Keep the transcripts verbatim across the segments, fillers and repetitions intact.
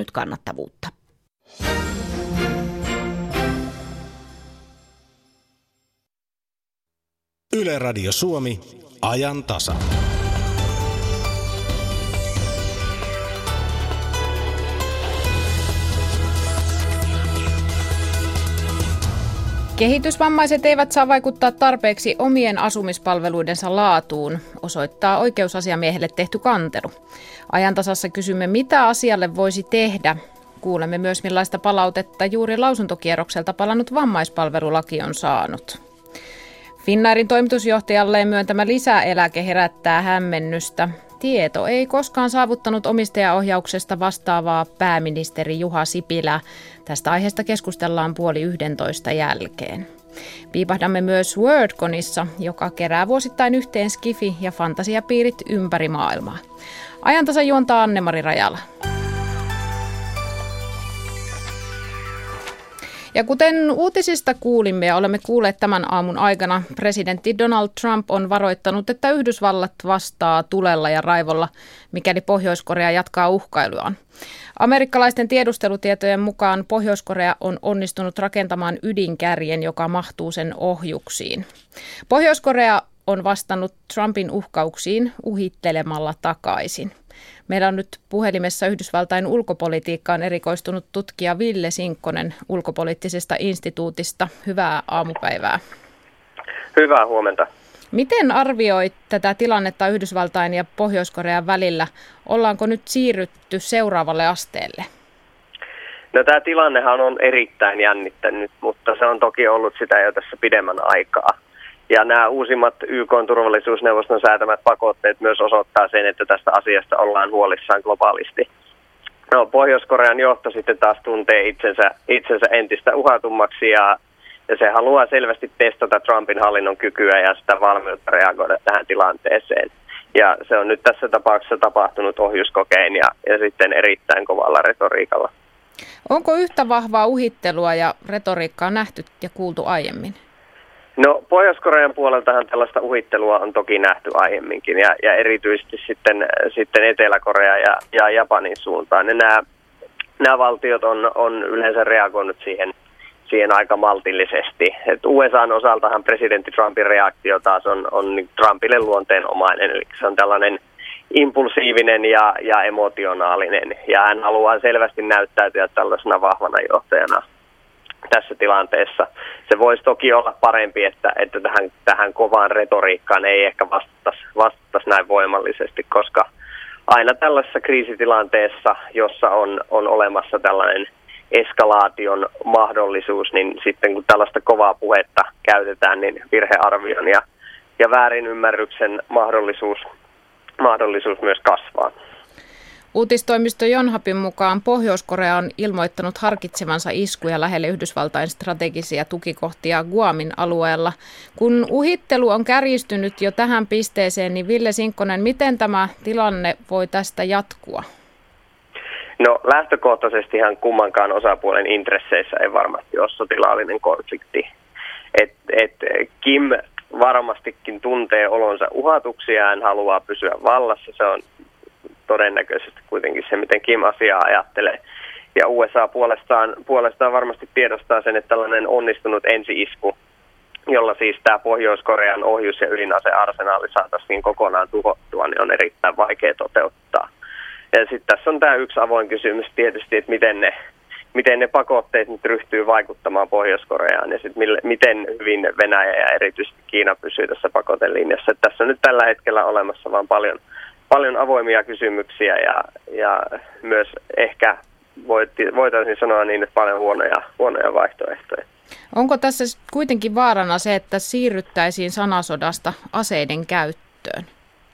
menettänyt kannattavuutta. Yle Radio Suomi, ajan tasa. Kehitysvammaiset eivät saa vaikuttaa tarpeeksi omien asumispalveluidensa laatuun, osoittaa oikeusasiamiehelle tehty kantelu. Ajantasassa kysymme, mitä asialle voisi tehdä. Kuulemme myös, millaista palautetta juuri lausuntokierrokselta palannut vammaispalvelulaki on saanut. Finnairin toimitusjohtajalleen myöntämä lisäeläke herättää hämmennystä. Tieto ei koskaan saavuttanut omistajaohjauksesta vastaavaa pääministeri Juha Sipilää. Tästä aiheesta keskustellaan puoli yhdentoista jälkeen. Piipahdamme myös WordConissa, joka kerää vuosittain yhteen skifi- ja fantasiapiirit ympäri maailmaa. Ajantasa juontaa Anne-Mari Rajala. Ja kuten uutisista kuulimme ja olemme kuulleet tämän aamun aikana, presidentti Donald Trump on varoittanut, että Yhdysvallat vastaa tulella ja raivolla, mikäli Pohjois-Korea jatkaa uhkailuaan. Amerikkalaisten tiedustelutietojen mukaan Pohjois-Korea on onnistunut rakentamaan ydinkärjen, joka mahtuu sen ohjuksiin. Pohjois-Korea on vastannut Trumpin uhkauksiin uhittelemalla takaisin. Meillä on nyt puhelimessa Yhdysvaltain ulkopolitiikkaan erikoistunut tutkija Ville Sinkkonen ulkopoliittisesta instituutista. Hyvää aamupäivää. Hyvää huomenta. Miten arvioit tätä tilannetta Yhdysvaltain ja Pohjois-Korean välillä? Ollaanko nyt siirrytty seuraavalle asteelle? No, tämä tilannehan on erittäin jännittänyt, mutta se on toki ollut sitä jo tässä pidemmän aikaa. Ja nämä uusimmat Y K:n turvallisuusneuvoston säätämät pakotteet myös osoittaa sen, että tästä asiasta ollaan huolissaan globaalisti. No, Pohjois-Korean johto sitten taas tuntee itsensä, itsensä entistä uhatummaksi ja, ja se haluaa selvästi testata Trumpin hallinnon kykyä ja sitä valmiutta reagoida tähän tilanteeseen. Ja se on nyt tässä tapauksessa tapahtunut ohjuskokein ja, ja sitten erittäin kovalla retoriikalla. Onko yhtä vahvaa uhittelua ja retoriikkaa nähty ja kuultu aiemmin? No, Pohjois-Korean puoleltahan tällaista uhittelua on toki nähty aiemminkin ja, ja erityisesti sitten, sitten Etelä-Korea ja, ja Japanin suuntaan. Ja nämä, nämä valtiot on, on yleensä reagoinut siihen, siihen aika maltillisesti. Et U S A:n osaltahan presidentti Trumpin reaktio taas on, on Trumpille luonteenomainen, eli se on tällainen impulsiivinen ja, ja emotionaalinen. Ja hän haluaa selvästi näyttäytyä tällaisena vahvana johtajana tässä tilanteessa. Se voisi toki olla parempi, että, että tähän, tähän kovaan retoriikkaan ei ehkä vastattaisi, vastattaisi näin voimallisesti, koska aina tällaisessa kriisitilanteessa, jossa on, on olemassa tällainen eskalaation mahdollisuus, niin sitten kun tällaista kovaa puhetta käytetään, niin virhearvion ja, ja väärinymmärryksen mahdollisuus, mahdollisuus myös kasvaa. Uutistoimisto Yonhapin mukaan Pohjois-Korea on ilmoittanut harkitsevansa iskuja lähelle Yhdysvaltain strategisia tukikohtia Guamin alueella. Kun uhittelu on kärjistynyt jo tähän pisteeseen, niin Ville Sinkkonen, miten tämä tilanne voi tästä jatkua? No, lähtökohtaisestihan kummankaan osapuolen intresseissä ei varmasti ole sotilaallinen konflikti. Et, et Kim varmastikin tuntee olonsa uhatuksi ja hän haluaa pysyä vallassa. Se on todennäköisesti kuitenkin se, miten Kim asiaa ajattelee. Ja U S A puolestaan, puolestaan varmasti tiedostaa sen, että tällainen onnistunut ensi-isku, jolla siis tämä Pohjois-Korean ohjus- ja ydinasearsenaali saataisiin kokonaan tuhottua, niin on erittäin vaikea toteuttaa. Ja sitten tässä on tämä yksi avoin kysymys tietysti, että miten ne, miten ne pakotteet nyt ryhtyy vaikuttamaan Pohjois-Koreaan ja sitten miten hyvin Venäjä ja erityisesti Kiina pysyy tässä pakotelinjassa. Että tässä on nyt tällä hetkellä olemassa vaan paljon Paljon avoimia kysymyksiä ja, ja myös ehkä voitaisiin sanoa niin, että paljon huonoja, huonoja vaihtoehtoja. Onko tässä kuitenkin vaarana se, että siirryttäisiin sanasodasta aseiden käyttöön?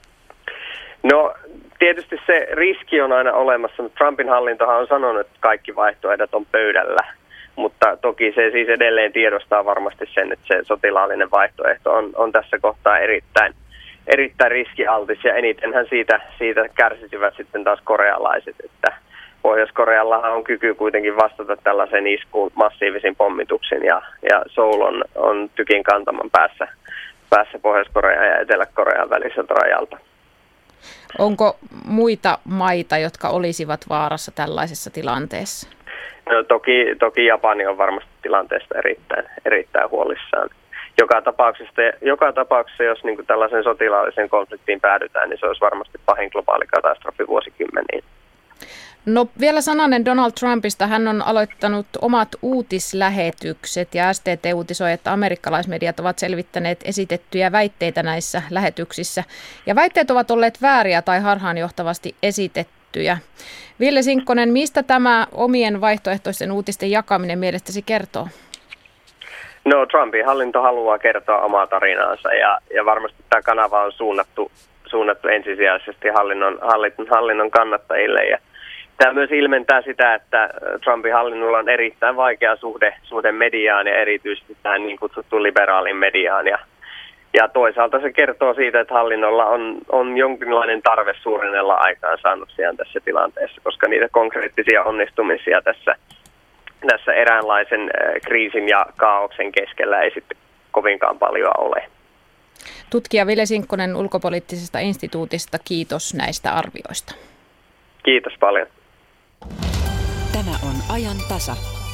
No, tietysti se riski on aina olemassa, mutta Trumpin hallintohan on sanonut, että kaikki vaihtoehdot on pöydällä. Mutta toki se siis edelleen tiedostaa varmasti sen, että se sotilaallinen vaihtoehto on, on tässä kohtaa erittäin erittäin riskialtis ja enitenhän siitä, siitä kärsisivät sitten taas korealaiset, että Pohjois-Koreallahan on kyky kuitenkin vastata tällaisen iskuun massiivisin pommituksin ja, ja Seoul on, on tykin kantaman päässä, päässä Pohjois-Korean ja Etelä-Korean väliseltä rajalta. Onko muita maita, jotka olisivat vaarassa tällaisessa tilanteessa? No, toki, toki Japani on varmasti tilanteesta erittäin, erittäin huolissaan. Joka tapauksessa, joka tapauksessa jos niin kuin tällaisen sotilaalliseen konfliktiin päädytään, niin se olisi varmasti pahin globaali katastrofi vuosikymmeniin. No vielä sananen Donald Trumpista. Hän on aloittanut omat uutislähetykset ja S T T uutisoi, että amerikkalaismediat ovat selvittäneet esitettyjä väitteitä näissä lähetyksissä. Ja väitteet ovat olleet vääriä tai harhaanjohtavasti esitettyjä. Ville Sinkkonen, mistä tämä omien vaihtoehtoisten uutisten jakaminen mielestäsi kertoo? No, Trumpin hallinto haluaa kertoa omaa tarinaansa ja, ja varmasti tämä kanava on suunnattu, suunnattu ensisijaisesti hallinnon, hallinnon, hallinnon kannattajille. Ja tämä myös ilmentää sitä, että Trumpin hallinnolla on erittäin vaikea suhde, suhde mediaan ja erityisesti tähän niin kutsuttuun liberaalin mediaan. Ja, ja toisaalta se kertoo siitä, että hallinnolla on, on jonkinlainen tarve suurennella aikaansaannoksiaan tässä tilanteessa, koska niitä konkreettisia onnistumisia tässä tässä eräänlaisen kriisin ja kaaoksen keskellä ei sitten kovinkaan paljon ole. Tutkija Ville Sinkkonen Ulkopoliittisesta instituutista, kiitos näistä arvioista. Kiitos paljon. Tämä on ajan tasa.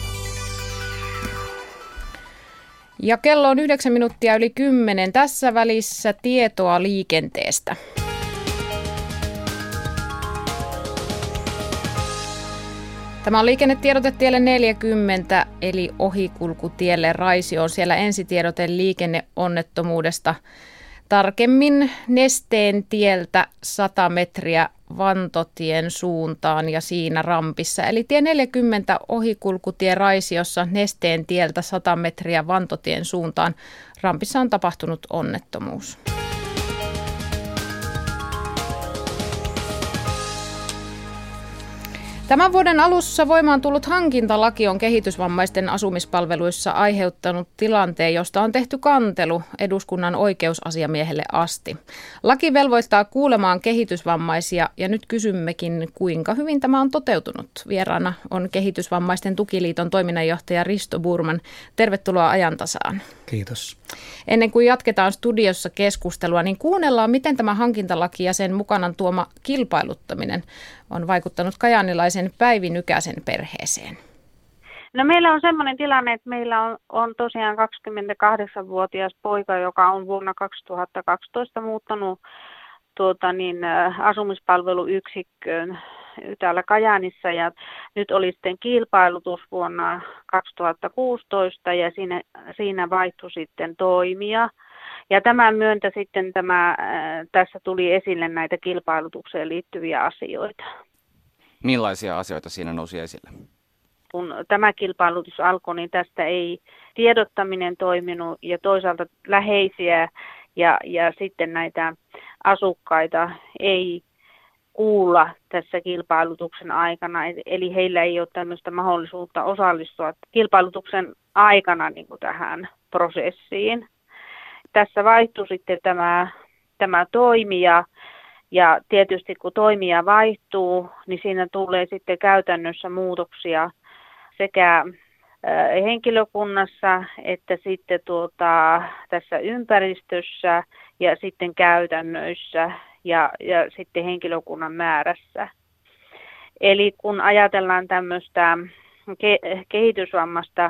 Ja kello on yhdeksän minuuttia yli kymmenen. Tässä välissä tietoa liikenteestä. Tämä on liikennetiedotetielle neljäkymmentä, eli ohikulkutielle Raisioon. Siellä ensitiedote liikenneonnettomuudesta. Tarkemmin Nesteen tieltä sata metriä Vantotien suuntaan ja siinä rampissa. Eli tie neljäkymmentä ohikulkutie Raisiossa Nesteen tieltä sata metriä Vantotien suuntaan. Rampissa on tapahtunut onnettomuus. Tämän vuoden alussa voimaan tullut hankintalaki on kehitysvammaisten asumispalveluissa aiheuttanut tilanteen, josta on tehty kantelu eduskunnan oikeusasiamiehelle asti. Laki velvoittaa kuulemaan kehitysvammaisia ja nyt kysymmekin, kuinka hyvin tämä on toteutunut. Vieraana on Kehitysvammaisten tukiliiton toiminnanjohtaja Risto Burman. Tervetuloa Ajantasaan. Kiitos. Ennen kuin jatketaan studiossa keskustelua, niin kuunnellaan, miten tämä hankintalaki ja sen mukanaan tuoma kilpailuttaminen on vaikuttanut kajaanilaisen Päivi Nykäsen perheeseen. No meillä on sellainen tilanne, että meillä on, on tosiaan kaksikymmentäkahdeksanvuotias poika, joka on vuonna kaksituhattakaksitoista muuttanut tuota, niin, asumispalveluyksikköön täällä Kajaanissa ja nyt oli sitten kilpailutus vuonna kaksituhattakuusitoista ja siinä, siinä vaihtui sitten toimija. Ja tämän myöntä sitten tämä, tässä tuli esille näitä kilpailutukseen liittyviä asioita. Millaisia asioita siinä nousi esille? Kun tämä kilpailutus alkoi, niin tästä ei tiedottaminen toiminut ja toisaalta läheisiä ja, ja sitten näitä asukkaita ei kuulla tässä kilpailutuksen aikana. Eli heillä ei ole tämmöistä mahdollisuutta osallistua kilpailutuksen aikana niin kuin tähän prosessiin. Tässä vaihtui sitten tämä, tämä toimija ja tietysti kun toimija vaihtuu, niin siinä tulee sitten käytännössä muutoksia sekä henkilökunnassa että sitten tuota, tässä ympäristössä ja sitten käytännöissä ja, ja sitten henkilökunnan määrässä. Eli kun ajatellaan tämmöistä ke- kehitysvammasta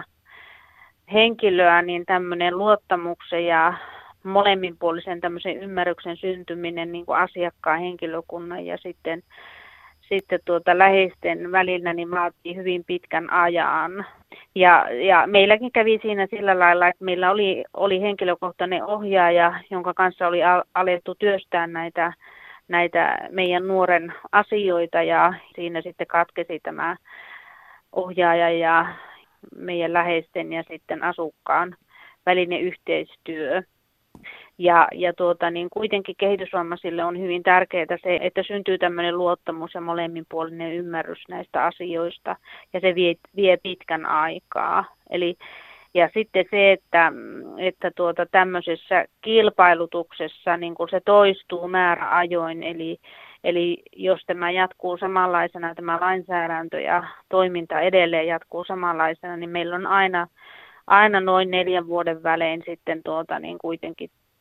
henkilöä, niin tämmöinen luottamuksen ja molemminpuolisen tämmöisen ymmärryksen syntyminen niin kuin asiakkaan, henkilökunnan ja sitten, sitten tuota läheisten välillä niin vaatii hyvin pitkän ajan. Ja, ja meilläkin kävi siinä sillä lailla, että meillä oli, oli henkilökohtainen ohjaaja, jonka kanssa oli alettu työstää näitä, näitä meidän nuoren asioita ja siinä sitten katkesi tämä ohjaaja ja meidän läheisten ja sitten asukkaan välinen yhteistyö. Ja, ja tuota, niin kuitenkin kehitysvammaisille on hyvin tärkeää se, että syntyy tämmöinen luottamus ja molemminpuolinen ymmärrys näistä asioista ja se vie, vie pitkän aikaa. Eli, ja sitten se, että, että tuota, tämmöisessä kilpailutuksessa niin kun se toistuu määräajoin, eli Eli jos tämä jatkuu samanlaisena, tämä lainsäädäntö ja toiminta edelleen jatkuu samanlaisena, niin meillä on aina, aina noin neljän vuoden välein sitten tuota, niin kuitenkin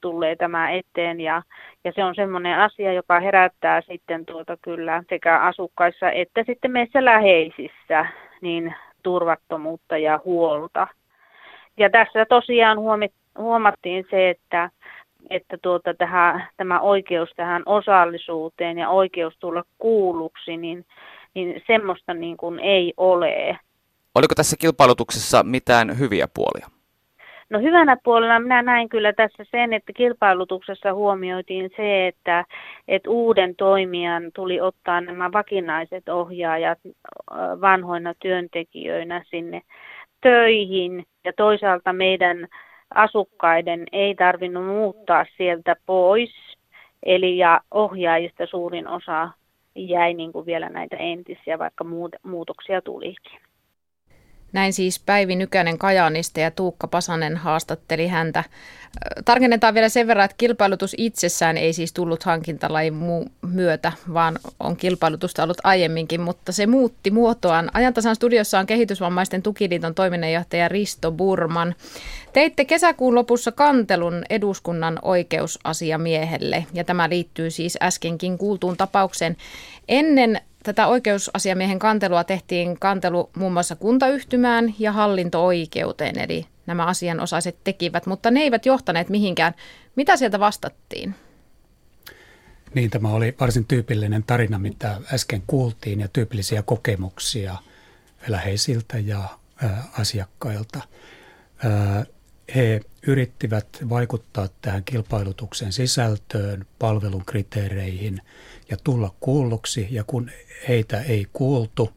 tulee tämä eteen ja, ja se on semmoinen asia, joka herättää sitten tuota kyllä sekä asukkaissa että sitten meissä läheisissä niin turvattomuutta ja huolta. Ja tässä tosiaan huomattiin se, että, että tuota, tähän, tämä oikeus tähän osallisuuteen ja oikeus tulla kuulluksi, niin, niin semmoista niin kuin ei ole. Oliko tässä kilpailutuksessa mitään hyviä puolia? No hyvänä puolella minä näin kyllä tässä sen, että kilpailutuksessa huomioitiin se, että, että uuden toimijan tuli ottaa nämä vakinaiset ohjaajat vanhoina työntekijöinä sinne töihin ja toisaalta meidän asukkaiden ei tarvinnut muuttaa sieltä pois, eli ja ohjaajista suurin osa jäi niin kuin vielä näitä entisiä, vaikka muutoksia tulikin. Näin siis Päivi Nykänen Kajaanista ja Tuukka Pasanen haastatteli häntä. Tarkennetaan vielä sen verran, että kilpailutus itsessään ei siis tullut hankintalain myötä, vaan on kilpailutusta ollut aiemminkin, mutta se muutti muotoaan. Ajantasan studiossa on Kehitysvammaisten tukiliiton toiminnanjohtaja Risto Burman. Teitte kesäkuun lopussa kantelun eduskunnan oikeusasiamiehelle, ja tämä liittyy siis äskenkin kuultuun tapaukseen. Ennen tätä oikeusasiamiehen kantelua tehtiin kantelu muun muassa kuntayhtymään ja hallinto-oikeuteen, eli nämä asianosaiset tekivät, mutta ne eivät johtaneet mihinkään. Mitä sieltä vastattiin? Niin, tämä oli varsin tyypillinen tarina, mitä äsken kuultiin, ja tyypillisiä kokemuksia läheisiltä ja ä, asiakkailta. Ä, he yrittivät vaikuttaa tähän kilpailutuksen sisältöön, palvelun kriteereihin ja tulla kuulluksi, ja kun heitä ei kuultu,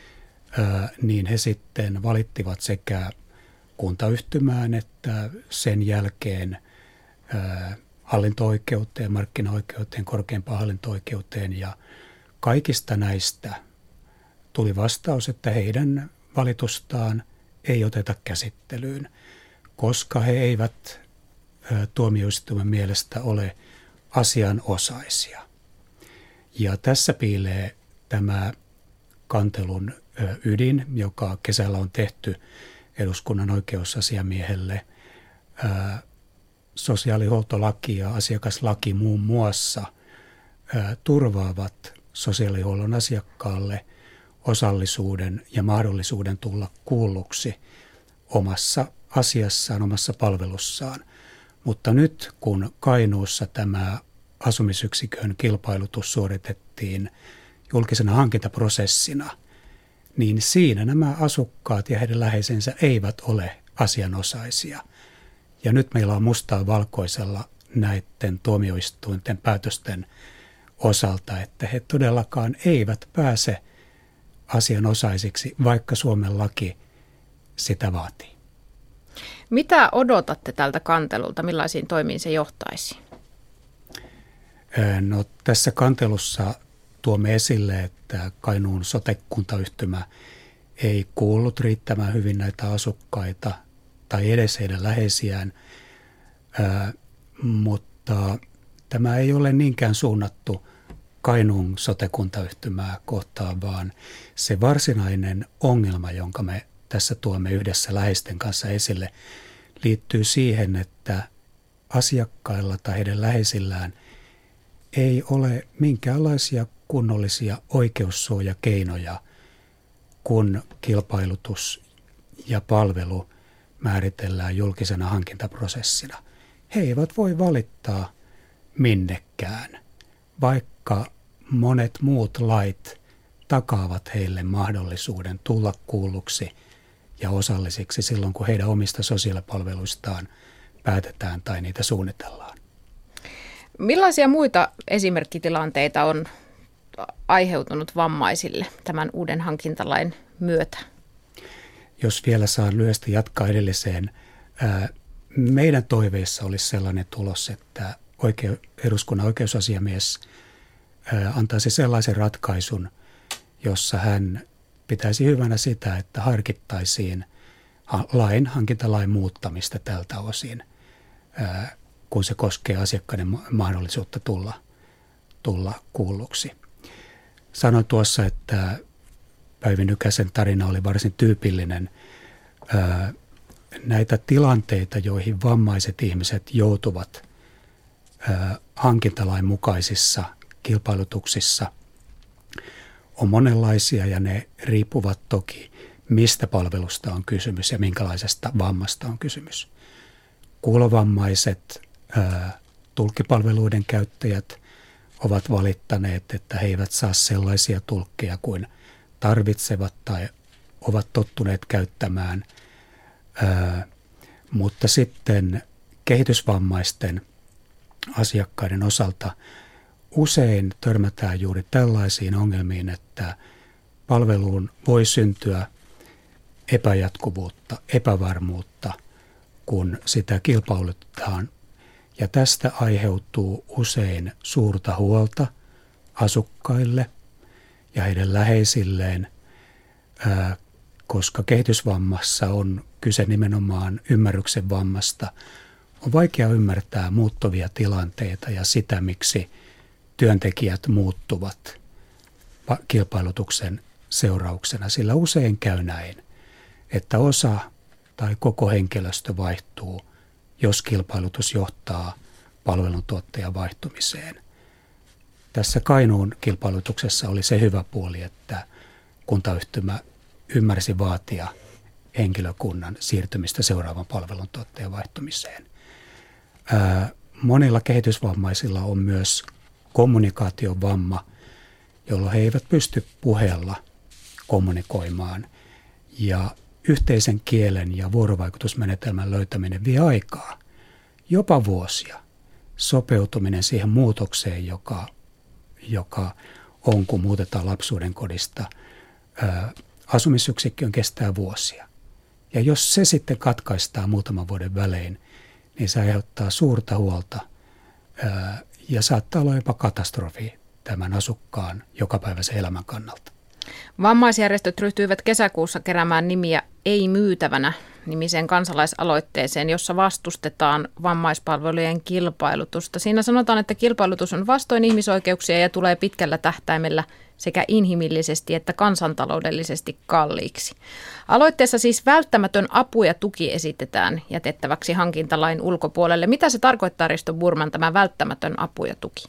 niin he sitten valittivat sekä kuntayhtymään että sen jälkeen hallinto-oikeuteen, markkinaoikeuteen, korkeimpaan hallinto-oikeuteen, ja kaikista näistä tuli vastaus, että heidän valitustaan ei oteta käsittelyyn, koska he eivät tuomioistuimen mielestä ole asianosaisia. Ja tässä piilee tämä kantelun ydin, joka kesällä on tehty eduskunnan oikeusasiamiehelle. Sosiaalihuoltolaki ja asiakaslaki muun muassa turvaavat sosiaalihuollon asiakkaalle osallisuuden ja mahdollisuuden tulla kuulluksi omassa asiassaan, omassa palvelussaan. Mutta nyt kun Kainuussa tämä asumisyksikön kilpailutus suoritettiin julkisena hankintaprosessina, niin siinä nämä asukkaat ja heidän läheisensä eivät ole asianosaisia. Ja nyt meillä on mustaa valkoisella näiden tuomioistuinten päätösten osalta, että he todellakaan eivät pääse asianosaisiksi, vaikka Suomen laki sitä vaatii. Mitä odotatte tältä kantelulta? Millaisiin toimiin se johtaisi? No, tässä kantelussa tuomme esille, että Kainuun sote-kuntayhtymä ei kuullut riittävän hyvin näitä asukkaita tai edes heidän läheisiään, ää, mutta tämä ei ole niinkään suunnattu Kainuun sote-kuntayhtymää kohtaan, vaan se varsinainen ongelma, jonka me tässä tuomme yhdessä läheisten kanssa esille, liittyy siihen, että asiakkailla tai heidän läheisillään ei ole minkäänlaisia kunnollisia oikeussuojakeinoja, kun kilpailutus ja palvelu määritellään julkisena hankintaprosessina. He eivät voi valittaa minnekään, vaikka monet muut lait takaavat heille mahdollisuuden tulla kuulluksi ja osallisiksi silloin, kun heidän omista sosiaalipalveluistaan päätetään tai niitä suunnitellaan. Millaisia muita esimerkkitilanteita on aiheutunut vammaisille tämän uuden hankintalain myötä? Jos vielä saan lyhyesti jatkaa edelliseen. Meidän toiveissa olisi sellainen tulos, että oikeu, eduskunnan oikeusasiamies antaisi sellaisen ratkaisun, jossa hän pitäisi hyvänä sitä, että harkittaisiin lain, hankintalain muuttamista tältä osin, kun se koskee asiakkaiden mahdollisuutta tulla, tulla kuulluksi. Sanoin tuossa, että Päivi Nykäsen tarina oli varsin tyypillinen. Näitä tilanteita, joihin vammaiset ihmiset joutuvat hankintalain mukaisissa kilpailutuksissa on monenlaisia ja ne riippuvat toki, mistä palvelusta on kysymys ja minkälaisesta vammasta on kysymys. Kuulovammaiset ää, tulkkipalveluiden käyttäjät ovat valittaneet, että he eivät saa sellaisia tulkkeja kuin tarvitsevat tai ovat tottuneet käyttämään, ää, mutta sitten kehitysvammaisten asiakkaiden osalta usein törmätään juuri tällaisiin ongelmiin, että palveluun voi syntyä epäjatkuvuutta, epävarmuutta, kun sitä kilpailutetaan. Ja tästä aiheutuu usein suurta huolta asukkaille ja heidän läheisilleen, koska kehitysvammassa on kyse nimenomaan ymmärryksen vammasta. On vaikea ymmärtää muuttuvia tilanteita ja sitä, miksi työntekijät muuttuvat kilpailutuksen seurauksena, sillä usein käy näin, että osa tai koko henkilöstö vaihtuu, jos kilpailutus johtaa palveluntuottajan vaihtumiseen. Tässä Kainuun kilpailutuksessa oli se hyvä puoli, että kuntayhtymä ymmärsi vaatia henkilökunnan siirtymistä seuraavan palveluntuottajan vaihtumiseen. Ää, monilla kehitysvammaisilla on myös kommunikaatiovamma, jolloin he eivät pysty puheella kommunikoimaan. Ja yhteisen kielen ja vuorovaikutusmenetelmän löytäminen vie aikaa, jopa vuosia. Sopeutuminen siihen muutokseen, joka, joka on, kun muutetaan lapsuuden kodista ää, asumisyksikköön, kestää vuosia. Ja jos se sitten katkaistaan muutaman vuoden välein, niin se aiheuttaa suurta huolta ää, ja saattaa olla jopa katastrofi tämän asukkaan jokapäiväisen elämän kannalta. Vammaisjärjestöt ryhtyivät kesäkuussa keräämään nimiä Ei myytävänä -nimiseen kansalaisaloitteeseen, jossa vastustetaan vammaispalvelujen kilpailutusta. Siinä sanotaan, että kilpailutus on vastoin ihmisoikeuksia ja tulee pitkällä tähtäimellä sekä inhimillisesti että kansantaloudellisesti kalliiksi. Aloitteessa siis välttämätön apu ja tuki esitetään jätettäväksi hankintalain ulkopuolelle. Mitä se tarkoittaa, Risto Burman, tämä välttämätön apu ja tuki?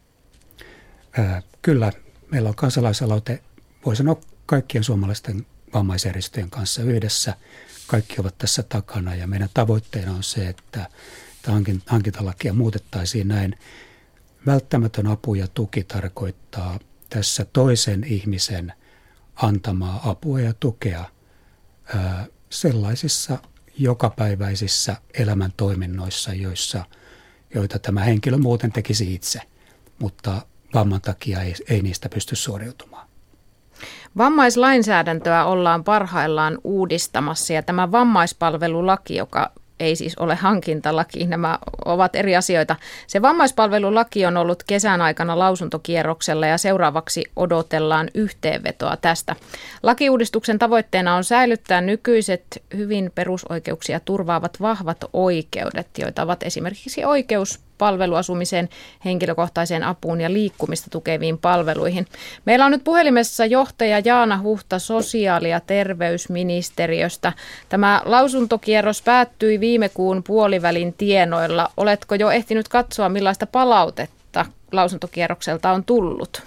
Ää, kyllä, meillä on kansalaisaloite, voi sanoa kaikkien suomalaisten vammaisjärjestöjen kanssa yhdessä. Kaikki ovat tässä takana ja meidän tavoitteena on se, että hankintalakia muutettaisiin näin. Välttämätön apu ja tuki tarkoittaa tässä toisen ihmisen antamaa apua ja tukea ää, sellaisissa jokapäiväisissä elämäntoiminnoissa, joissa, joita tämä henkilö muuten tekisi itse, mutta vamman takia ei, ei niistä pysty suoriutumaan. Vammaislainsäädäntöä ollaan parhaillaan uudistamassa ja tämä vammaispalvelulaki, joka ei siis ole hankintalaki, nämä ovat eri asioita. Se vammaispalvelulaki on ollut kesän aikana lausuntokierroksella ja seuraavaksi odotellaan yhteenvetoa tästä. Lakiuudistuksen tavoitteena on säilyttää nykyiset hyvin perusoikeuksia turvaavat vahvat oikeudet, joita ovat esimerkiksi oikeus palveluasumiseen, henkilökohtaiseen apuun ja liikkumista tukeviin palveluihin. Meillä on nyt puhelimessa johtaja Jaana Huhta sosiaali- ja terveysministeriöstä. Tämä lausuntokierros päättyi viime kuun puolivälin tienoilla. Oletko jo ehtinyt katsoa, millaista palautetta lausuntokierrokselta on tullut?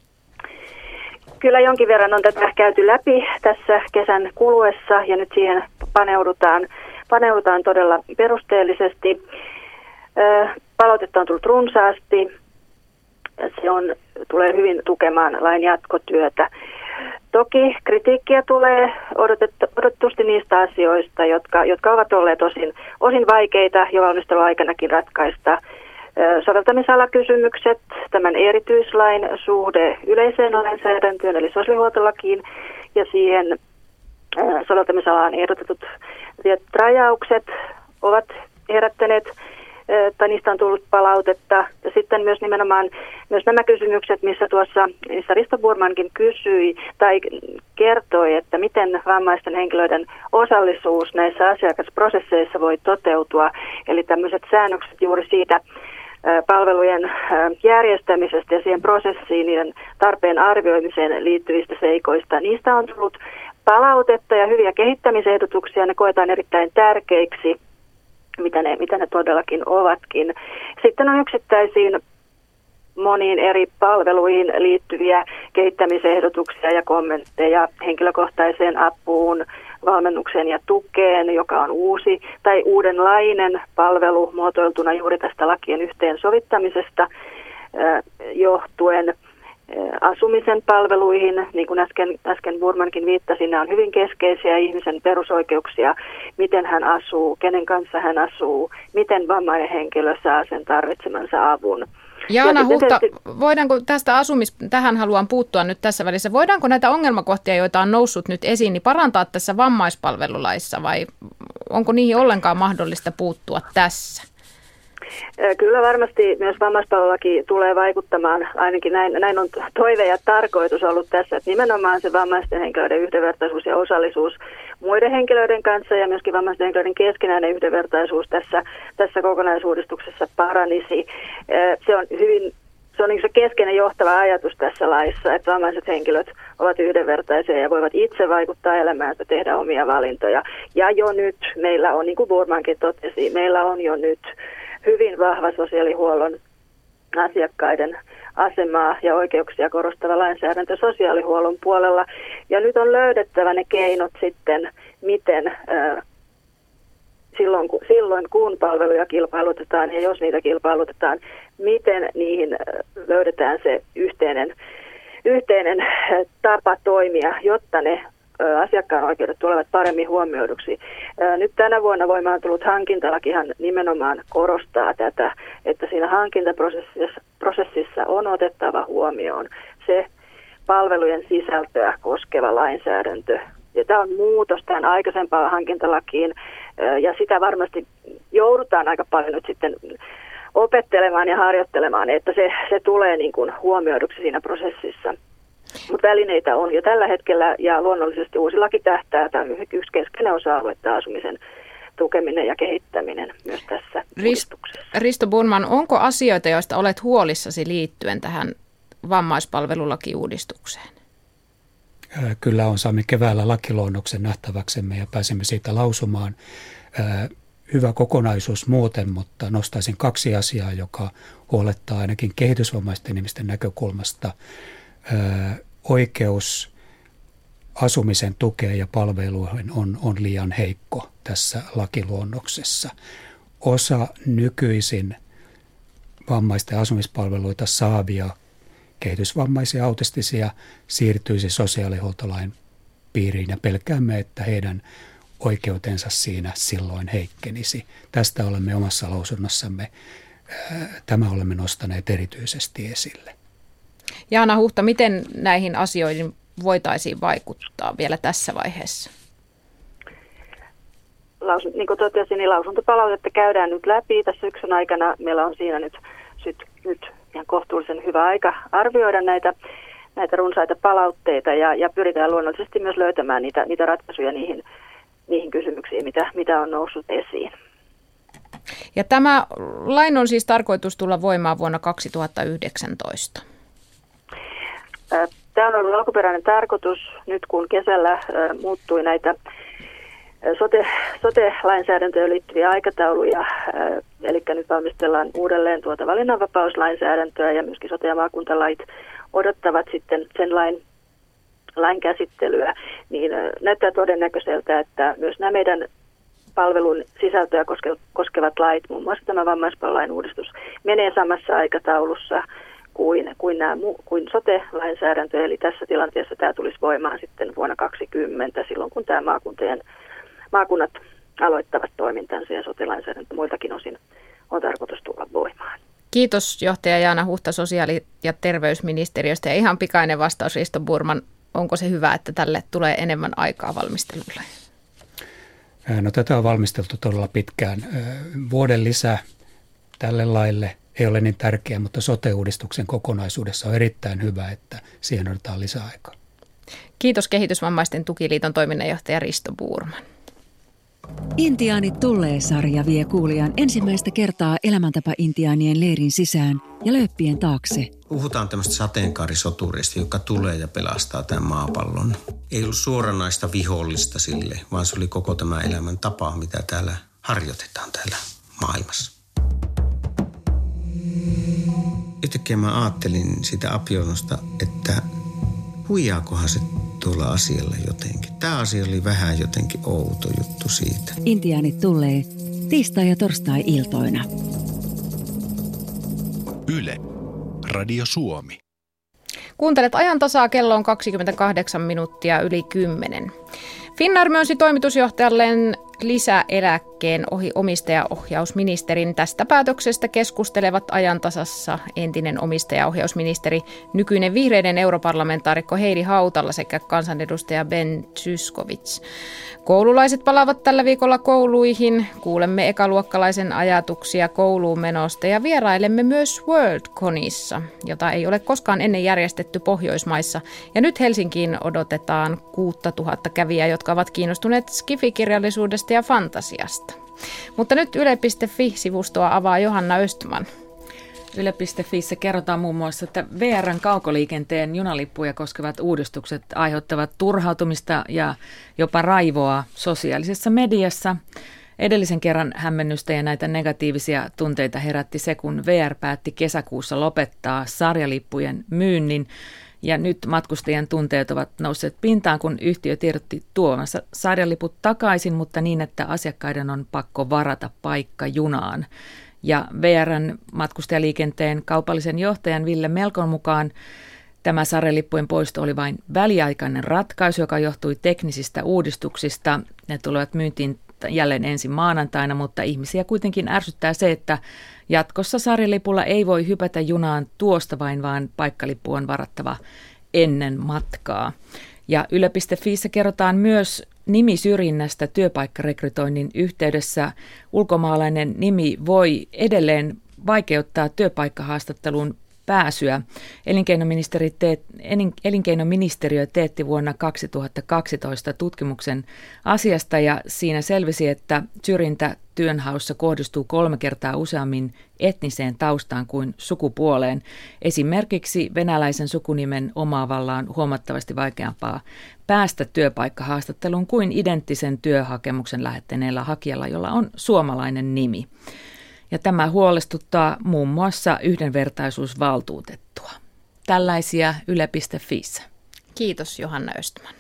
Kyllä jonkin verran on tätä käyty läpi tässä kesän kuluessa ja nyt siihen paneudutaan, paneudutaan todella perusteellisesti. Palautetta on tullut runsaasti. Se on, tulee hyvin tukemaan lain jatkotyötä. Toki kritiikkiä tulee odotetusti niistä asioista, jotka, jotka ovat olleet osin, osin vaikeita jo valmisteluaikanakin ratkaista. Soveltamisalakysymykset, tämän erityislain suhde yleiseen lainsäädäntöön eli sosiaalihuoltolakiin ja siihen soveltamisalaan ehdotetut rajaukset ovat herättäneet tai niistä on tullut palautetta. Ja sitten myös nimenomaan myös nämä kysymykset, missä tuossa missä Risto Burmankin kysyi tai kertoi, että miten vammaisten henkilöiden osallisuus näissä asiakasprosesseissa voi toteutua. Eli tämmöiset säännökset juuri siitä palvelujen järjestämisestä ja siihen prosessiin, niiden tarpeen arvioimiseen liittyvistä seikoista. Niistä on tullut palautetta ja hyviä kehittämisehdotuksia. Ne koetaan erittäin tärkeiksi. mitä ne, mitä ne todellakin ovatkin. Sitten on yksittäisiin moniin eri palveluihin liittyviä kehittämisehdotuksia ja kommentteja henkilökohtaiseen apuun, valmennukseen ja tukeen, joka on uusi tai uudenlainen palvelu muotoiltuna juuri tästä lakien yhteensovittamisesta johtuen. Asumisen palveluihin, niin kuin äsken, äsken Burmankin viittasi, nämä on hyvin keskeisiä ihmisen perusoikeuksia, miten hän asuu, kenen kanssa hän asuu, miten vammainen henkilö saa sen tarvitsemansa avun. Jaana Huhta, voidaanko tästä asumis, tähän haluan puuttua nyt tässä välissä, voidaanko näitä ongelmakohtia, joita on noussut nyt esiin, niin parantaa tässä vammaispalvelulaissa vai onko niihin ollenkaan mahdollista puuttua tässä? Kyllä varmasti myös vammaispalvelulaki tulee vaikuttamaan, ainakin näin, näin on toive ja tarkoitus ollut tässä, että nimenomaan se vammaisten henkilöiden yhdenvertaisuus ja osallisuus muiden henkilöiden kanssa ja myöskin vammaisten henkilöiden keskinäinen yhdenvertaisuus tässä, tässä kokonaisuudistuksessa paranisi. Se on hyvin, se on niin se keskeinen johtava ajatus tässä laissa, että vammaiset henkilöt ovat yhdenvertaisia ja voivat itse vaikuttaa elämäänsä, tehdä omia valintoja. Ja jo nyt meillä on, niin kuin Burmankin totesi, meillä on jo nyt hyvin vahva sosiaalihuollon asiakkaiden asemaa ja oikeuksia korostava lainsäädäntö sosiaalihuollon puolella. Ja nyt on löydettävä ne keinot sitten, miten äh, silloin, kun, silloin kun palveluja kilpailutetaan ja jos niitä kilpailutetaan, miten niihin löydetään se yhteinen, yhteinen tapa toimia, jotta ne asiakkaan oikeudet tulevat paremmin huomioiduksi. Nyt tänä vuonna voimaan tullut hankintalakihan nimenomaan korostaa tätä, että siinä hankintaprosessissa prosessissa on otettava huomioon se palvelujen sisältöä koskeva lainsäädäntö. Ja tämä on muutos tähän aikaisempaan hankintalakiin ja sitä varmasti joudutaan aika paljon nyt sitten opettelemaan ja harjoittelemaan, että se, se tulee niin kuin huomioiduksi siinä prosessissa. Mutta välineitä on jo tällä hetkellä ja luonnollisesti uusi laki tähtää, tämä on yksi keskeinen osa-alue, tämä asumisen tukeminen ja kehittäminen myös tässä Risto, Risto Burman, onko asioita, joista olet huolissasi liittyen tähän vammaispalvelulakiuudistukseen? Kyllä on, saamme keväällä lakiluonnoksen nähtäväksemme ja pääsemme siitä lausumaan. Hyvä kokonaisuus muuten, mutta nostaisin kaksi asiaa, joka huolettaa ainakin kehitysvammaisten ihmisten näkökulmasta. Oikeus asumisen tukeen ja palveluihin on, on liian heikko tässä lakiluonnoksessa. Osa nykyisin vammaisten asumispalveluita saavia kehitysvammaisia autistisia siirtyisi sosiaalihuoltolain piiriin ja pelkäämme, että heidän oikeutensa siinä silloin heikkenisi. Tästä olemme omassa lausunnossamme, tämä olemme nostaneet erityisesti esille. Jaana Huhta, miten näihin asioihin voitaisiin vaikuttaa vielä tässä vaiheessa? Lausun, niin kuin totesin, niin lausuntopalautetta käydään nyt läpi tässä syksyn aikana. Meillä on siinä nyt, nyt, nyt ihan kohtuullisen hyvä aika arvioida näitä, näitä runsaita palautteita ja, ja pyritään luonnollisesti myös löytämään niitä, niitä ratkaisuja niihin, niihin kysymyksiin, mitä, mitä on noussut esiin. Ja tämä lain on siis tarkoitus tulla voimaan vuonna kaksituhattayhdeksäntoista. Tämä on ollut alkuperäinen tarkoitus nyt, kun kesällä muuttui näitä sote, sote-lainsäädäntöön liittyviä aikatauluja. Eli nyt valmistellaan uudelleen tuota valinnanvapauslainsäädäntöä ja myöskin sote- ja maakuntalait odottavat sitten sen lain, lain käsittelyä. Niin näyttää todennäköiseltä, että myös nämä meidän palvelun sisältöä koskevat lait, muun muassa tämä vammaispalvelulain uudistus, menee samassa aikataulussa kuin, kuin, nämä, kuin sote-lainsäädäntö, eli tässä tilanteessa tämä tulisi voimaan sitten vuonna kaksituhattakaksikymmentä, silloin kun tämä maakuntien, maakunnat aloittavat toimintansa ja sote-lainsäädäntö muiltakin osin on tarkoitus tulla voimaan. Kiitos johtaja Jaana Huhta sosiaali- ja terveysministeriöstä ja ihan pikainen vastaus Risto Burman, onko se hyvä, että tälle tulee enemmän aikaa valmistelulle? No tätä on valmisteltu todella pitkään. Vuoden lisä tälle laille ei ole niin tärkeä, mutta sote-uudistuksen kokonaisuudessa on erittäin hyvä, että siihen odotetaan lisäaikaa. Kiitos Kehitysvammaisten tukiliiton toiminnanjohtaja Risto Burman. Intiaanit tulee-sarja vie kuulijan ensimmäistä kertaa elämäntapa-intiaanien leirin sisään ja lööppien taakse. Puhutaan tämmöistä sateenkaarisoturista, joka tulee ja pelastaa tämän maapallon. Ei ollut suoranaista vihollista sille, vaan se oli koko tämä elämäntapa, mitä täällä harjoitetaan täällä maailmassa. Yhtäkkiä mä ajattelin sitä Apionosta, että huijaakohan se tuolla asialla jotenkin. Tämä asia oli vähän jotenkin outo juttu siitä. Intiaanit tulee tiistai- ja torstai-iltoina. Yle, Radio Suomi. Kuuntelet ajan tasaa, kello on kaksikymmentäkahdeksan minuuttia yli kymmenen. Finnair myönsi toimitusjohtajalleen lisäeläkkeen ohi omistajaohjausministerin. Tästä päätöksestä keskustelevat ajan tasassa entinen omistajaohjausministeri, nykyinen vihreiden europarlamentaarikko Heidi Hautala sekä kansanedustaja Ben Zyskowicz. Koululaiset palaavat tällä viikolla kouluihin. Kuulemme ekaluokkalaisen ajatuksia kouluun menosta ja vierailemme myös WorldConissa, jota ei ole koskaan ennen järjestetty Pohjoismaissa. Ja nyt Helsinkiin odotetaan kuusituhatta kävijää, jotka ovat kiinnostuneet skifikirjallisuudesta ja fantasiasta. Mutta nyt yle piste fi-sivustoa avaa Johanna Östman. yle piste fi:ssä kerrotaan muun muassa, että V R:n kaukoliikenteen junalippuja koskevat uudistukset aiheuttavat turhautumista ja jopa raivoa sosiaalisessa mediassa. Edellisen kerran hämmennystä ja näitä negatiivisia tunteita herätti se, kun V R päätti kesäkuussa lopettaa sarjalippujen myynnin. Ja nyt matkustajien tunteet ovat nousseet pintaan, kun yhtiö tiedotti tuomansa sarjaliput takaisin, mutta niin, että asiakkaiden on pakko varata paikka junaan. Ja V R:n matkustajaliikenteen kaupallisen johtajan Ville Melkon mukaan tämä sarjalippujen poisto oli vain väliaikainen ratkaisu, joka johtui teknisistä uudistuksista. Ne tulevat myyntiin jälleen ensi maanantaina, mutta ihmisiä kuitenkin ärsyttää se, että jatkossa sarjalipulla ei voi hypätä junaan tuosta vain, vaan paikkalippu on varattava ennen matkaa. Ja yle piste fi:ssä kerrotaan myös nimisyrjinnästä työpaikkarekrytoinnin yhteydessä. Ulkomaalainen nimi voi edelleen vaikeuttaa työpaikkahaastatteluun pääsyä. Elinkeinoministeri teet, elinkeinoministeriö teetti vuonna kaksituhattakaksitoista tutkimuksen asiasta ja siinä selvisi, että syrjintä työnhaussa kohdistuu kolme kertaa useammin etniseen taustaan kuin sukupuoleen. Esimerkiksi venäläisen sukunimen omaavalla on huomattavasti vaikeampaa päästä työpaikkahaastatteluun kuin identtisen työhakemuksen lähettäneellä hakijalla, jolla on suomalainen nimi. Ja tämä huolestuttaa muun muassa yhdenvertaisuusvaltuutettua. Tällaisia yle piste fi:ssä. Kiitos Johanna Östman.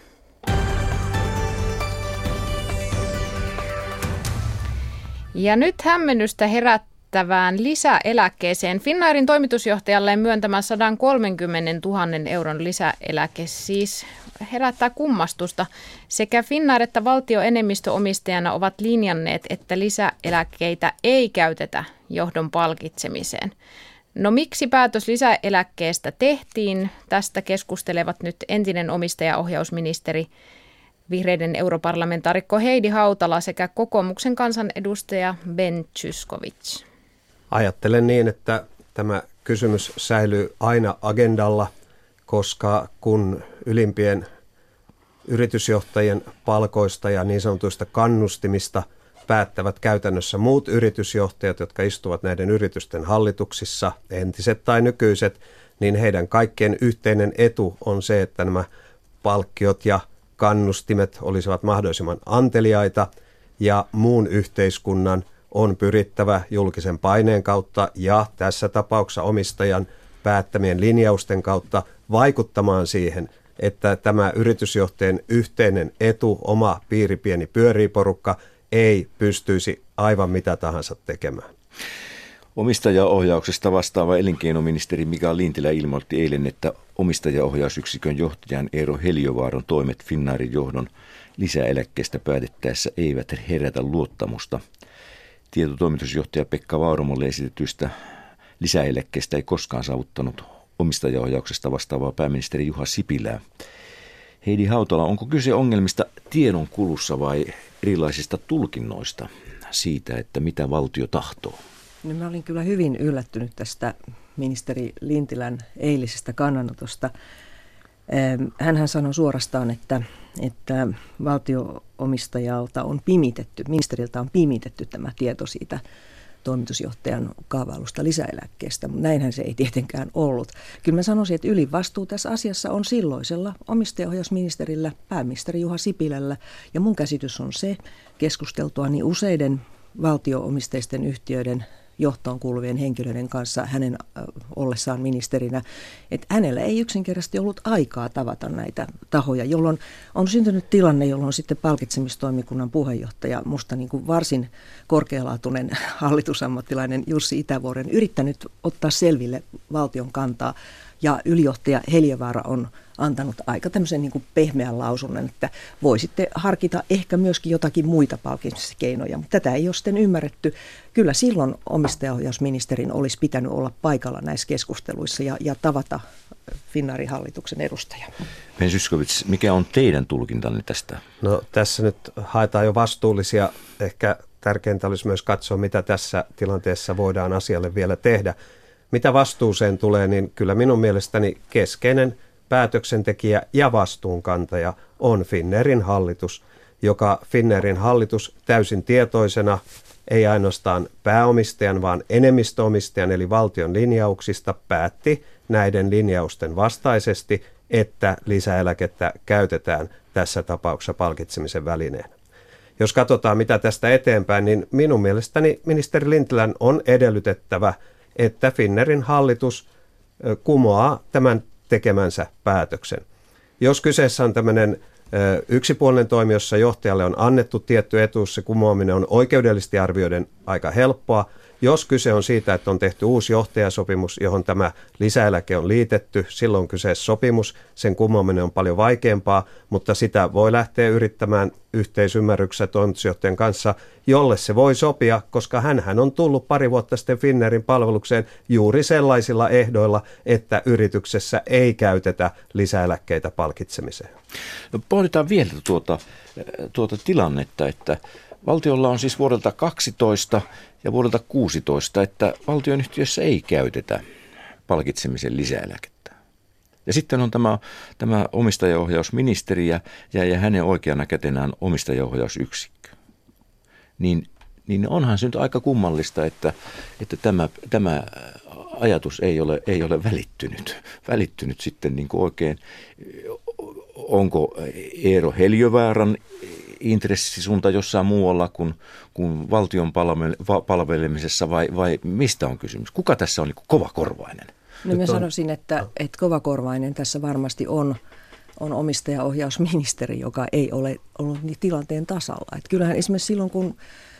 Ja nyt hämmennystä herättävään lisäeläkkeeseen. Finnairin toimitusjohtajalleen myöntämä sata kolmekymmentätuhatta euron lisäeläke siis herättää kummastusta. Sekä Finnair että valtioenemmistöomistajana ovat linjanneet, että lisäeläkkeitä ei käytetä johdon palkitsemiseen. No miksi päätös lisäeläkkeestä tehtiin? Tästä keskustelevat nyt entinen omistajaohjausministeri, vihreiden europarlamentaarikko Heidi Hautala sekä kokoomuksen kansanedustaja Ben Zyskowicz. Ajattelen niin, että tämä kysymys säilyy aina agendalla, koska kun ylimpien yritysjohtajien palkoista ja niin sanotuista kannustimista päättävät käytännössä muut yritysjohtajat, jotka istuvat näiden yritysten hallituksissa, entiset tai nykyiset, niin heidän kaikkien yhteinen etu on se, että nämä palkkiot ja kannustimet olisivat mahdollisimman anteliaita ja muun yhteiskunnan on pyrittävä julkisen paineen kautta ja tässä tapauksessa omistajan päättämien linjausten kautta vaikuttamaan siihen, että tämä yritysjohtajan yhteinen etu, oma piiri, pieni pyöriiporukka, ei pystyisi aivan mitä tahansa tekemään. Omistajaohjauksesta vastaava elinkeinoministeri Mika Lintilä ilmoitti eilen, että omistajaohjausyksikön johtajan Eero Heliövaaran toimet Finnairin johdon lisäeläkkeestä päätettäessä eivät herätä luottamusta. Tietotoimitusjohtaja Pekka Vauromolle esitetystä lisäeläkkeestä ei koskaan saavuttanut omistajaohjauksesta vastaavaa pääministeri Juha Sipilää. Heidi Hautala, onko kyse ongelmista tiedon kulussa vai erilaisista tulkinnoista siitä, että mitä valtio tahtoo? No, mä olin kyllä hyvin yllättynyt tästä ministeri Lintilän eilisestä kannanotosta. Hänhän sanoi suorastaan, että, että valtio-omistajalta on pimitetty, ministeriltä on pimitetty tämä tieto siitä toimitusjohtajan kaavailusta lisäeläkkeestä, mutta näinhän se ei tietenkään ollut. Kyllä mä sanoisin, että ylivastuu tässä asiassa on silloisella omistajaohjausministerillä, pääministeri Juha Sipilällä, ja mun käsitys on se, keskusteltua niin useiden valtio-omisteisten yhtiöiden johtoon kuuluvien henkilöiden kanssa hänen ollessaan ministerinä, että hänellä ei yksinkertaisesti ollut aikaa tavata näitä tahoja, jolloin on syntynyt tilanne, jolloin sitten palkitsemistoimikunnan puheenjohtaja, musta niin kuin varsin korkealaatuinen hallitusammattilainen Jussi Itävuoren, yrittänyt ottaa selville valtion kantaa, ja ylijohtaja Heliövaara on antanut aika tämmöisen niin kuin pehmeän lausunnon, että voisitte harkita ehkä myöskin jotakin muita palkitsemiskeinoja, mutta tätä ei ole sitten ymmärretty. Kyllä silloin omistajaohjausministerin olisi pitänyt olla paikalla näissä keskusteluissa ja, ja tavata Finnairin hallituksen edustajaa. Ben Zyskowicz, mikä on teidän tulkintanne tästä? No tässä nyt haetaan jo vastuullisia. Ehkä tärkeintä olisi myös katsoa, mitä tässä tilanteessa voidaan asialle vielä tehdä. Mitä vastuuseen tulee, niin kyllä minun mielestäni keskeinen päätöksentekijä ja vastuunkantaja on Finnairin hallitus, joka Finnairin hallitus täysin tietoisena, ei ainoastaan pääomistajan, vaan enemmistöomistajan eli valtion linjauksista päätti näiden linjausten vastaisesti, että lisäeläkettä käytetään tässä tapauksessa palkitsemisen välineenä. Jos katsotaan mitä tästä eteenpäin, niin minun mielestäni ministeri Lintilän on edellytettävä, että Finnairin hallitus kumoaa tämän tekemänsä päätöksen. Jos kyseessä on tämmöinen yksipuolinen toimi, jossa johtajalle on annettu tietty etuus, se kumoaminen on oikeudellisesti arvioiden aika helppoa. Jos kyse on siitä, että on tehty uusi johtajasopimus, johon tämä lisäeläke on liitetty, silloin on kyseessä sopimus, sen kumoaminen on paljon vaikeampaa, mutta sitä voi lähteä yrittämään yhteisymmärryksessä toimitusjohtajan kanssa, jolle se voi sopia, koska hänhän on tullut pari vuotta sitten Finnairin palvelukseen juuri sellaisilla ehdoilla, että yrityksessä ei käytetä lisäeläkkeitä palkitsemiseen. No, pohditaan vielä tuota, tuota tilannetta, että valtiolla on siis vuodelta kaksitoista ja vuodelta kuusitoista, että valtionyhtiössä ei käytetä palkitsemisen lisäeläkettä. Ja sitten on tämä, tämä omistajaohjausministeri ja, ja hänen oikeana kätenään omistajaohjausyksikkö. Niin, niin onhan se nyt aika kummallista, että, että tämä, tämä ajatus ei ole, ei ole välittynyt, välittynyt sitten niin kuin oikein. Onko Eero Heliövaaran intressisuunta jossain muualla kuin, kuin valtion palvelemisessa vai, vai mistä on kysymys? Kuka tässä on niin kovakorvainen? No mä sanoisin, että, että kovakorvainen tässä varmasti on, on omistajaohjausministeri, joka ei ole ollut tilanteen tasalla. Että kyllähän esimerkiksi silloin, kun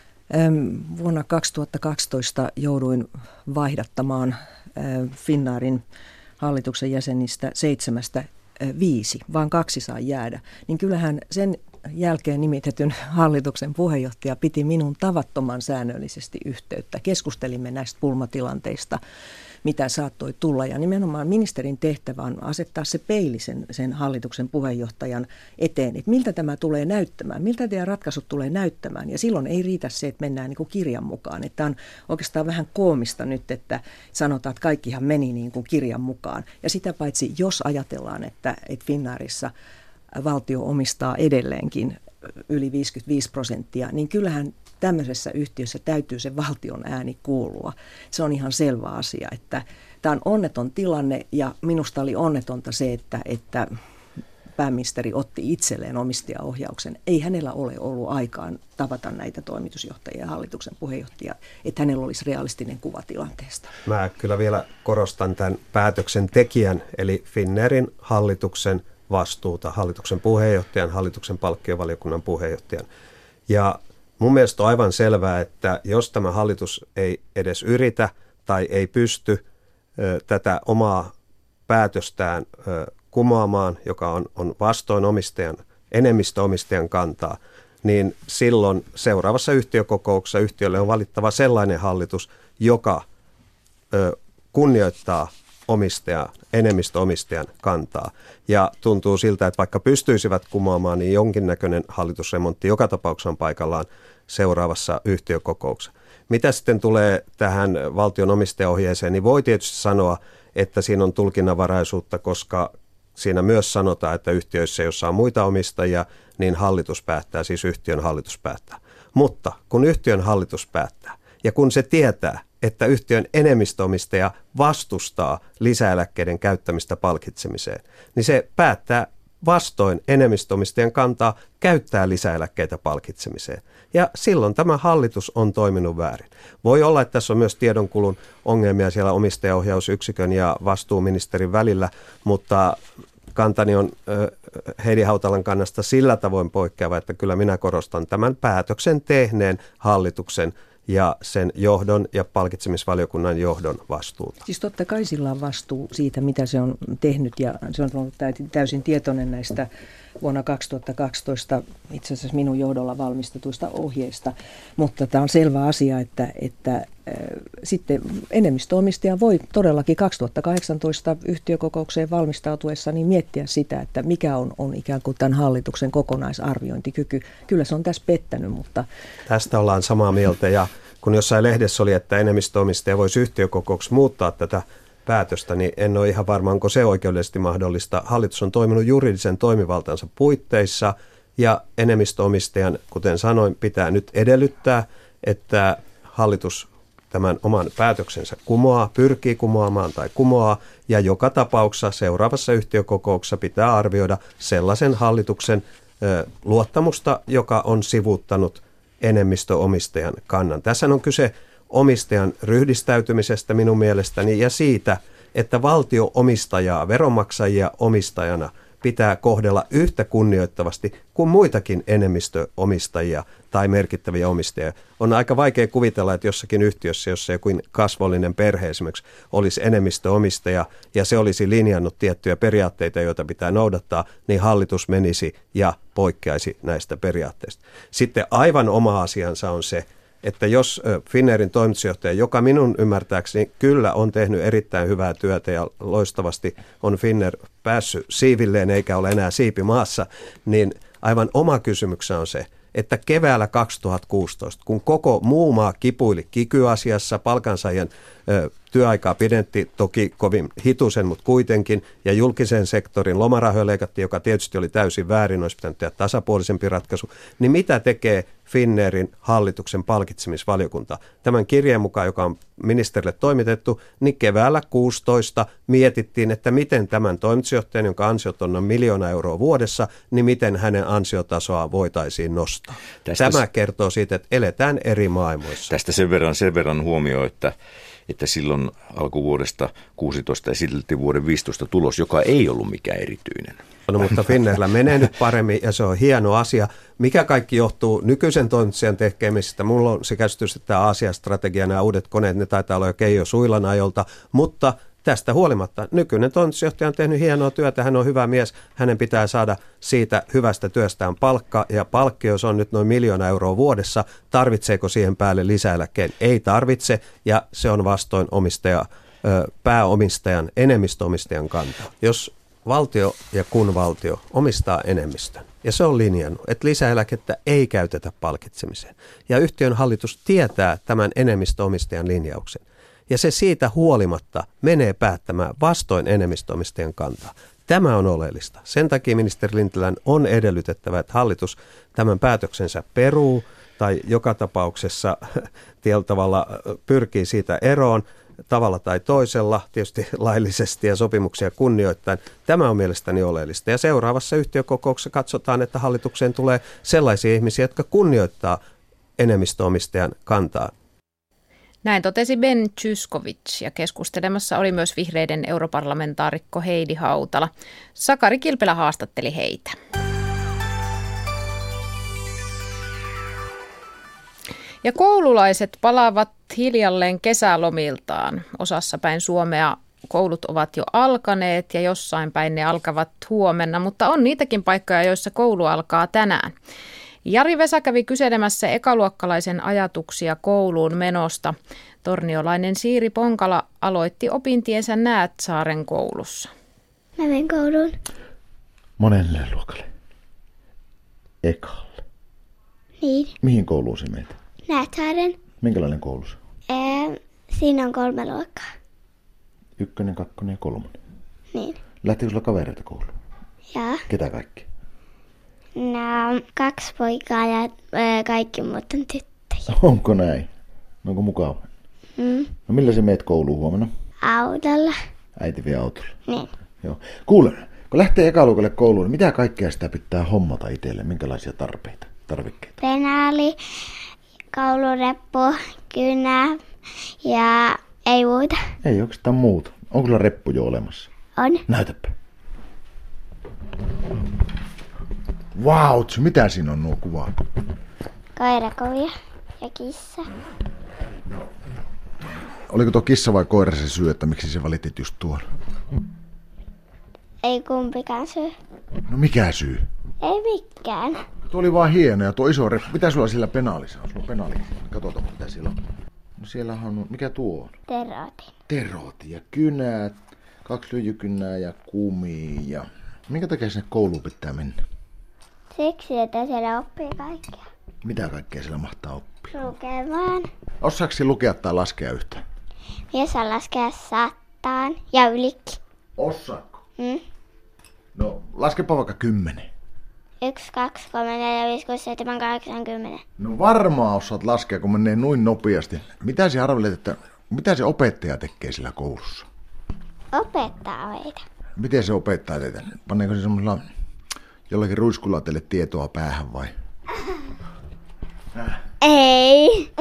äm, vuonna kaksituhattakaksitoista jouduin vaihdattamaan äh, Finnairin hallituksen jäsenistä seitsemästä äh, viisi, vaan kaksi saa jäädä, niin kyllähän sen jälkeen nimitetyn hallituksen puheenjohtaja piti minun tavattoman säännöllisesti yhteyttä. Keskustelimme näistä pulmatilanteista, mitä saattoi tulla. Ja nimenomaan ministerin tehtävä on asettaa se peili sen, sen hallituksen puheenjohtajan eteen, että miltä tämä tulee näyttämään, miltä teidän ratkaisut tulee näyttämään. Ja silloin ei riitä se, että mennään niin kuin kirjan mukaan. Että on oikeastaan vähän koomista nyt, että sanotaan, että kaikkihan meni niin kuin kirjan mukaan. Ja sitä paitsi, jos ajatellaan, että, että Finnairissa valtio omistaa edelleenkin yli viisikymmentäviisi prosenttia, niin kyllähän tämmöisessä yhtiössä täytyy se valtion ääni kuulua. Se on ihan selvä asia, että tämä on onneton tilanne ja minusta oli onnetonta se, että, että pääministeri otti itselleen omistajaohjauksen. Ei hänellä ole ollut aikaan tavata näitä toimitusjohtajia ja hallituksen puheenjohtajia, että hänellä olisi realistinen kuva tilanteesta. Mä kyllä vielä korostan tämän päätöksentekijän, eli Finnairin hallituksen vastuuta, hallituksen puheenjohtajan, hallituksen palkkiovaliokunnan puheenjohtajan. Ja mun mielestä on aivan selvää, että jos tämä hallitus ei edes yritä tai ei pysty ö, tätä omaa päätöstään ö, kumoamaan, joka on, on vastoin omistajan, enemmistöomistajan kantaa, niin silloin seuraavassa yhtiökokouksessa yhtiölle on valittava sellainen hallitus, joka ö, kunnioittaa omistajan, enemmistöomistajan kantaa. Ja tuntuu siltä, että vaikka pystyisivät kumoamaan, niin jonkinnäköinen hallitusremontti joka tapauksessa on paikallaan seuraavassa yhtiökokouksessa. Mitä sitten tulee tähän valtion omistajaohjeeseen, niin voi tietysti sanoa, että siinä on tulkinnanvaraisuutta, koska siinä myös sanotaan, että yhtiöissä, jossa on muita omistajia, niin hallitus päättää, siis yhtiön hallitus päättää. Mutta kun yhtiön hallitus päättää ja kun se tietää, että yhtiön enemmistöomistaja vastustaa lisäeläkkeiden käyttämistä palkitsemiseen, niin se päättää vastoin enemmistöomistajien kantaa käyttää lisäeläkkeitä palkitsemiseen. Ja silloin tämä hallitus on toiminut väärin. Voi olla, että tässä on myös tiedonkulun ongelmia siellä omistajaohjausyksikön ja vastuuministerin välillä, mutta kantani on Heidi Hautalan kannasta sillä tavoin poikkeava, että kyllä minä korostan tämän päätöksen tehneen hallituksen ja sen johdon ja palkitsemisvaliokunnan johdon vastuuta. Siis totta kai sillä on vastuu siitä, mitä se on tehnyt, ja se on ollut täysin tietoinen näistä vuonna kaksituhattakaksitoista itse asiassa minun johdolla valmistetuista ohjeista, mutta tämä on selvä asia, että, että äh, sitten enemmistöomistaja voi todellakin kaksituhattakahdeksantoista yhtiökokoukseen valmistautuessa niin miettiä sitä, että mikä on, on ikään kuin tämän hallituksen kokonaisarviointikyky. Kyllä se on tässä pettänyt, mutta... Tästä ollaan samaa mieltä, ja kun jossain lehdessä oli, että enemmistöomistaja voisi yhtiökokouksessa muuttaa tätä päätöstä, niin en ole ihan varma, onko se oikeudellisesti mahdollista. Hallitus on toiminut juridisen toimivaltansa puitteissa ja enemmistöomistajan, kuten sanoin, pitää nyt edellyttää, että hallitus tämän oman päätöksensä kumoaa, pyrkii kumoamaan tai kumoaa, ja joka tapauksessa seuraavassa yhtiökokouksessa pitää arvioida sellaisen hallituksen ö, luottamusta, joka on sivuuttanut enemmistöomistajan kannan. Tässä on kyse omistajan ryhdistäytymisestä minun mielestäni ja siitä, että valtio-omistajaa, veronmaksajia omistajana pitää kohdella yhtä kunnioittavasti kuin muitakin enemmistöomistajia tai merkittäviä omistajia. On aika vaikea kuvitella, että jossakin yhtiössä, jossa joku kasvollinen perhe esimerkiksi olisi enemmistöomistaja ja se olisi linjannut tiettyjä periaatteita, joita pitää noudattaa, niin hallitus menisi ja poikkeaisi näistä periaatteista. Sitten aivan oma asiansa on se, että jos Finnairin toimitusjohtaja, joka minun ymmärtääkseni kyllä on tehnyt erittäin hyvää työtä ja loistavasti on Finnair päässyt siivilleen eikä ole enää siipi maassa, niin aivan oma kysymyksensä on se, että keväällä kaksituhattakuusitoista, kun koko muu maa kipuili kiky-asiassa, palkansaajien ö, työaikaa pidentti toki kovin hitusen, mutta kuitenkin, ja julkisen sektorin lomarahoja leikattiin, joka tietysti oli täysin väärin, olisi pitänyt tehdä tasapuolisempi ratkaisu, niin mitä tekee Finnairin hallituksen palkitsemisvaliokunta? Tämän kirjeen mukaan, joka on ministerille toimitettu, niin keväällä kuusitoista mietittiin, että miten tämän toimitusjohtajan, jonka ansiot on noin miljoona euroa vuodessa, niin miten hänen ansiotasoa voitaisiin nostaa. Tästä Tämä kertoo siitä, että eletään eri maailmoissa. Tästä sen verran, sen verran huomio, että että silloin alkuvuodesta kuusitoista esiteltiin vuoden viisitoista tulos, joka ei ollut mikään erityinen. No, mutta Finnairilla menee nyt paremmin ja se on hieno asia. Mikä kaikki johtuu nykyisen toimitsijan tekemisestä? Mulla on se käsitys, että tämä Aasia-strategia, nämä uudet koneet, ne taitaa olla jo Keijo Suilan ajolta, mutta tästä huolimatta nykyinen toimitusjohtaja on tehnyt hienoa työtä, hän on hyvä mies, hänen pitää saada siitä hyvästä työstään palkka, ja palkkio on nyt noin miljoona euroa vuodessa. Tarvitseeko siihen päälle lisäeläkkeen? Ei tarvitse, ja se on vastoin omistaja, pääomistajan, enemmistöomistajan kantaa. Jos valtio ja kun valtio omistaa enemmistön, ja se on linjannut, että lisäeläkettä ei käytetä palkitsemiseen, ja yhtiön hallitus tietää tämän enemmistöomistajan linjauksen, ja se siitä huolimatta menee päättämään vastoin enemmistöomistajan kantaa. Tämä on oleellista. Sen takia ministeri Lintilän on edellytettävä, että hallitus tämän päätöksensä peruu tai joka tapauksessa tietyllä tavalla pyrkii siitä eroon tavalla tai toisella, tietysti laillisesti ja sopimuksia kunnioittaen. Tämä on mielestäni oleellista. Ja seuraavassa yhtiökokouksessa katsotaan, että hallitukseen tulee sellaisia ihmisiä, jotka kunnioittaa enemmistöomistajan kantaa. Näin totesi Ben Zyskowicz, ja keskustelemassa oli myös vihreiden europarlamentaarikko Heidi Hautala. Sakari Kilpelä haastatteli heitä. Ja koululaiset palaavat hiljalleen kesälomiltaan. Osassa päin Suomea koulut ovat jo alkaneet ja jossain päin ne alkavat huomenna, mutta on niitäkin paikkoja, joissa koulu alkaa tänään. Jari Vesa kävi kyselemässä ekaluokkalaisen ajatuksia kouluun menosta. Torniolainen Siiri Ponkala aloitti opintiensä Näätsaaren koulussa. Mä menen kouluun. Monelle luokalle? Ekalle. Niin. Mihin kouluun sä menet? Näätsaaren. Minkälainen koulu? Ee, siinä on kolme luokkaa. Ykkönen, kakkonen ja kolmonen. Niin. Lähtikö sulla kavereita kouluun? Jaa. Ketä kaikki? No, kaksi poikaa ja ö, kaikki muut on tyttöjä. Onko näin? Onko mukava? Mm. No millä sä meet kouluun huomenna? Autolla. Äiti vie autolla? Niin. Joo. Kuule, Kun lähtee ekaluokalle kouluun, niin mitä kaikkea sitä pitää hommata itselle? Minkälaisia tarpeita, tarvikkeita? Penaali, koulureppu, kynä ja ei muuta. Ei oikeastaan muuta. Onko sulla reppu jo olemassa? On. Näytäpä. Vau, mitä siinä on nuo kuvat? Koirakovia ja kissa. Oliko tuo kissa vai koira se syy, että miksi se valitit just tuon? Ei kumpikaan syy. No mikä syy? Ei mikään. Tuo oli vaan hieno ja tuo iso reppu. Mitä sulla siellä penaalissa on? Sulla on penaali. Katsotaan mitä siellä on. No siellä on, mikä tuo on? Terotin. Terotin ja kynät, kaksi lyijykynää ja kumia. Minkä takia sinne kouluun pitää mennä? Siksi, että siellä oppii kaikkea. Mitä kaikkea siellä mahtaa oppia? Lukemaan. Osaatko lukea tai laskea yhtään? Minä saan laskea sataan ja ylikin. Osaatko? Mm? No, laskepa vaikka kymmenen. Yksi, kaksi, kolme, neljä, viisi, kuusi, seitsemän, kahdeksan, kymmenen. No varmaan osaat laskea, kun menee noin nopeasti. Mitä sä arvelet, että mitä se opettaja tekee sillä koulussa? Opettaa meitä. Miten se opettaa teitä? Paneeko se semmoisella jollakin ruiskulla teille tietoa päähän vai? Äh. Ei.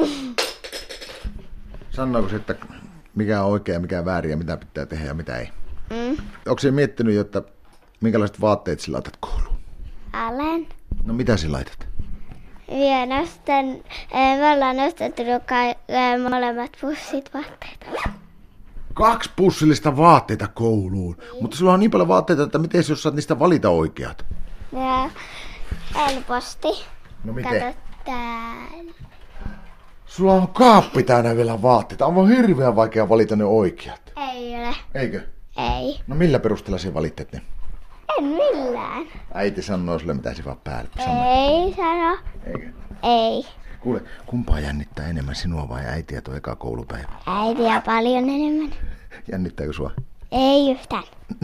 Sanooko se, että mikä on oikea ja mikä väärin ja mitä pitää tehdä ja mitä ei? Mm. Onko se miettinyt jo, että minkälaiset vaatteet sä laitat kouluun? Olen. No mitä sä laitat? Minä nostan, me ollaan nostettu molemmat pussit vaatteita. Kaksi pussillista vaatteita kouluun. Niin. Mutta sulla on niin paljon vaatteita, että miten jos saat niistä valita oikeat? Ja helposti. No miten? Kato täällä. Sulla on kaappi täynnä vielä vaatteita. On hirveän vaikea valita ne oikeat. Ei ole. Eikö? Ei. No millä perusteella sä valitset ne? En millään. Äiti sanoo sulle, mitä se vaan päälle sanoo. Ei sano. Eikö? Ei. Kuule, kumpaa jännittää enemmän, sinua vai äitiä tuo eka koulupäivä? Äitiä paljon enemmän. Jännittääkö sua? Ei yhtään.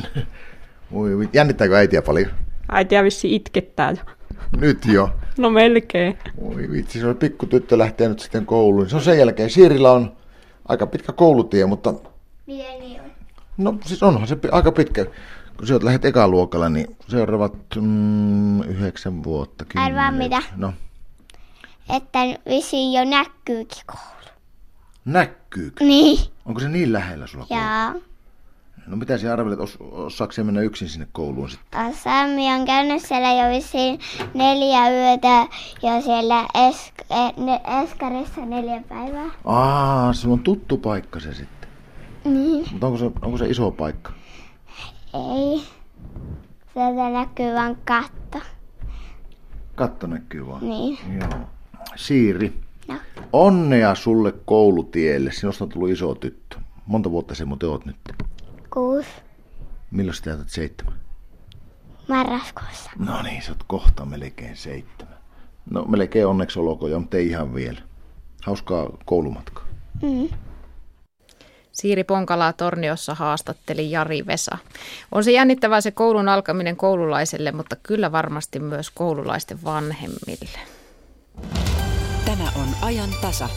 Jännittääkö äitiä paljon? Äitiä vissi itkettää jo. Nyt jo? No melkein. Oi vitsi, se oli pikkutyttö lähtee nyt sitten kouluun. Se on sen jälkeen. Siirillä on aika pitkä koulutie, mutta... Miten niin on? No siis onhan se aika pitkä. Kun sä oot lähdet ekaluokalla, niin seuraavat mm, yhdeksän vuotta. Kymmenen. Arvaa mitä? No. Että vissiin jo näkyykin koulu. Näkyykö? Niin. Onko se niin lähellä sulla koulu? Jaa. No mitä sä arvelet, os, osaako se mennä yksin sinne kouluun sitten? Sami on käynyt siellä jo vissiin neljä yötä ja siellä esk- ne, Eskarissa neljä päivää. Aa, sulla on tuttu paikka se sitten. Niin. Mutta onko se, onko se iso paikka? Ei. Sieltä näkyy vaan katto. Katto näkyy vaan? Niin. Joo. Siiri, no. Onnea sulle koulutielle. Sinusta on tullut iso tyttö. Monta vuotta se muuten oot nyt? Kuusi. Milloin sä täytät seitsemän? Marraskuussa. No niin, sä oot kohta melkein seitsemän. No melkein onneksi olkoon, mutta ei ihan vielä. Hauskaa koulumatkaa. Mm. Siiri Ponkalaa Torniossa haastatteli Jari Vesa. On se jännittävää se koulun alkaminen koululaiselle, mutta kyllä varmasti myös koululaisten vanhemmille. Tämä on ajan tasa.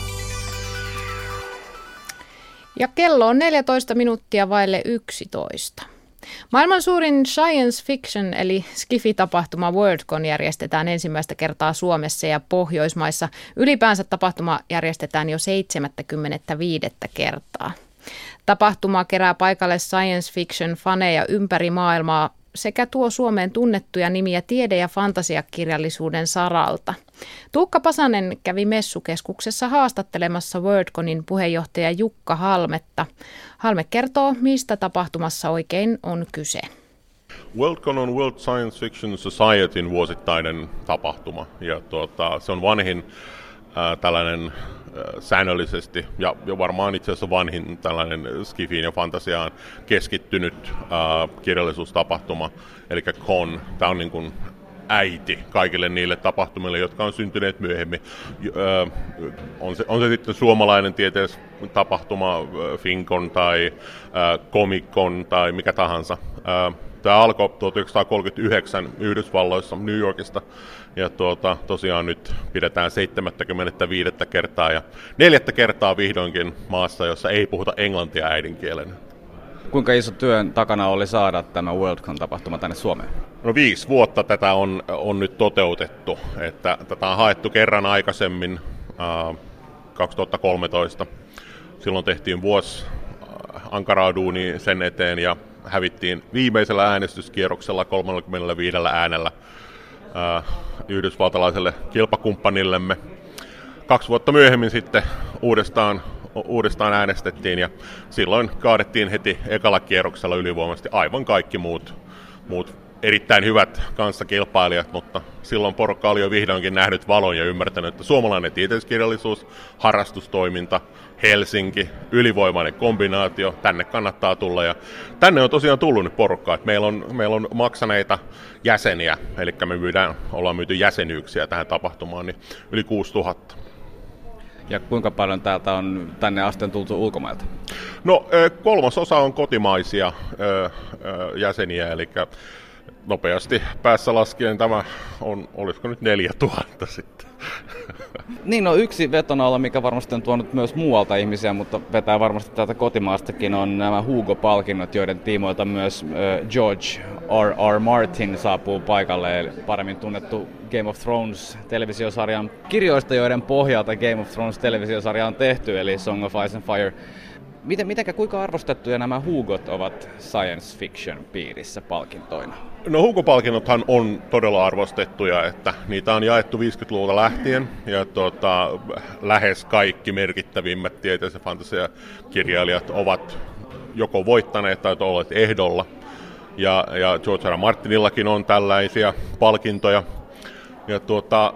Ja kello on neljätoista minuuttia vaille yksitoista. Maailman suurin science fiction eli Skifi-tapahtuma Worldcon järjestetään ensimmäistä kertaa Suomessa ja Pohjoismaissa. Ylipäänsä tapahtuma järjestetään jo seitsemänkymmentäviisi kertaa. Tapahtuma kerää paikalle science fiction faneja ympäri maailmaa sekä tuo Suomeen tunnettuja nimiä tiede- ja fantasiakirjallisuuden saralta. Tuukka Pasanen kävi messukeskuksessa haastattelemassa Worldconin puheenjohtaja Jukka Halmetta. Halme kertoo, mistä tapahtumassa oikein on kyse. Worldcon on World Science Fiction Societyn vuosittainen tapahtuma ja tuota, se on vanhin ää, tällainen ää, säännöllisesti ja, ja varmaan itse asiassa vanhin tällainen skifiin ja fantasiaan keskittynyt ää, kirjallisuustapahtuma, eli Con. Tämä on niin kuin äiti kaikille niille tapahtumille, jotka on syntyneet myöhemmin. Öö, on, se, on se sitten suomalainen tieteistapahtuma, Fincon tai öö, Comic-Con tai mikä tahansa. Öö, Tämä alkoi tuhatyhdeksänsataakolmekymmentäyhdeksän Yhdysvalloissa, New Yorkista, ja tuota, tosiaan nyt pidetään seitsemänkymmentäviisi kertaa ja neljättä kertaa vihdoinkin maassa, jossa ei puhuta englantia äidinkielenä. Kuinka iso työn takana oli saada tämä Worldcon-tapahtuma tänne Suomeen? No viisi vuotta tätä on, on nyt toteutettu. Että tätä on haettu kerran aikaisemmin, äh, kaksituhattakolmetoista. Silloin tehtiin vuosi ankaraa duunia sen eteen ja hävittiin viimeisellä äänestyskierroksella kolmekymmentäviisi äänellä äh, yhdysvaltalaiselle kilpakumppanillemme. Kaksi vuotta myöhemmin sitten uudestaan, uudestaan äänestettiin ja silloin kaadettiin heti ekalla kierroksella ylivoimaisesti aivan kaikki muut, muut erittäin hyvät kanssakilpailijat, mutta silloin porukka oli jo vihdoinkin nähnyt valon ja ymmärtänyt, että suomalainen tieteiskirjallisuus, harrastustoiminta, Helsinki, ylivoimainen kombinaatio, tänne kannattaa tulla. Ja tänne on tosiaan tullut nyt porukkaa, että meillä on, meillä on maksaneita jäseniä, eli me myydään, ollaan myyty jäsenyyksiä tähän tapahtumaan, niin yli kuusituhatta. Ja kuinka paljon täältä on tänne asti tultu ulkomailta? No kolmasosa on kotimaisia jäseniä, eli nopeasti päässä laskien tämä on, olisiko nyt neljätuhatta sitten. Niin, no yksi vetonaula, mikä varmasti on tuonut myös muualta ihmisiä, mutta vetää varmasti täältä kotimaastakin, on nämä Hugo-palkinnot, joiden tiimoilta myös George R. R. Martin saapuu paikalle, paremmin tunnettu Game of Thrones-televisiosarjan kirjoista, joiden pohjalta Game of Thrones-televisiosarja on tehty, eli Song of Ice and Fire. Miten, mitenkä, kuinka arvostettuja nämä Hugot ovat science fiction piirissä palkintoina? No Hugo-palkinnothan on todella arvostettuja, että niitä on jaettu viisikymmentäluvulta lähtien ja tuota, lähes kaikki merkittävimmät tieteis- ja fantasiakirjailijat ovat joko voittaneet tai olleet ehdolla. Ja, ja George R. R. Martinillakin on tällaisia palkintoja. Ja tuota,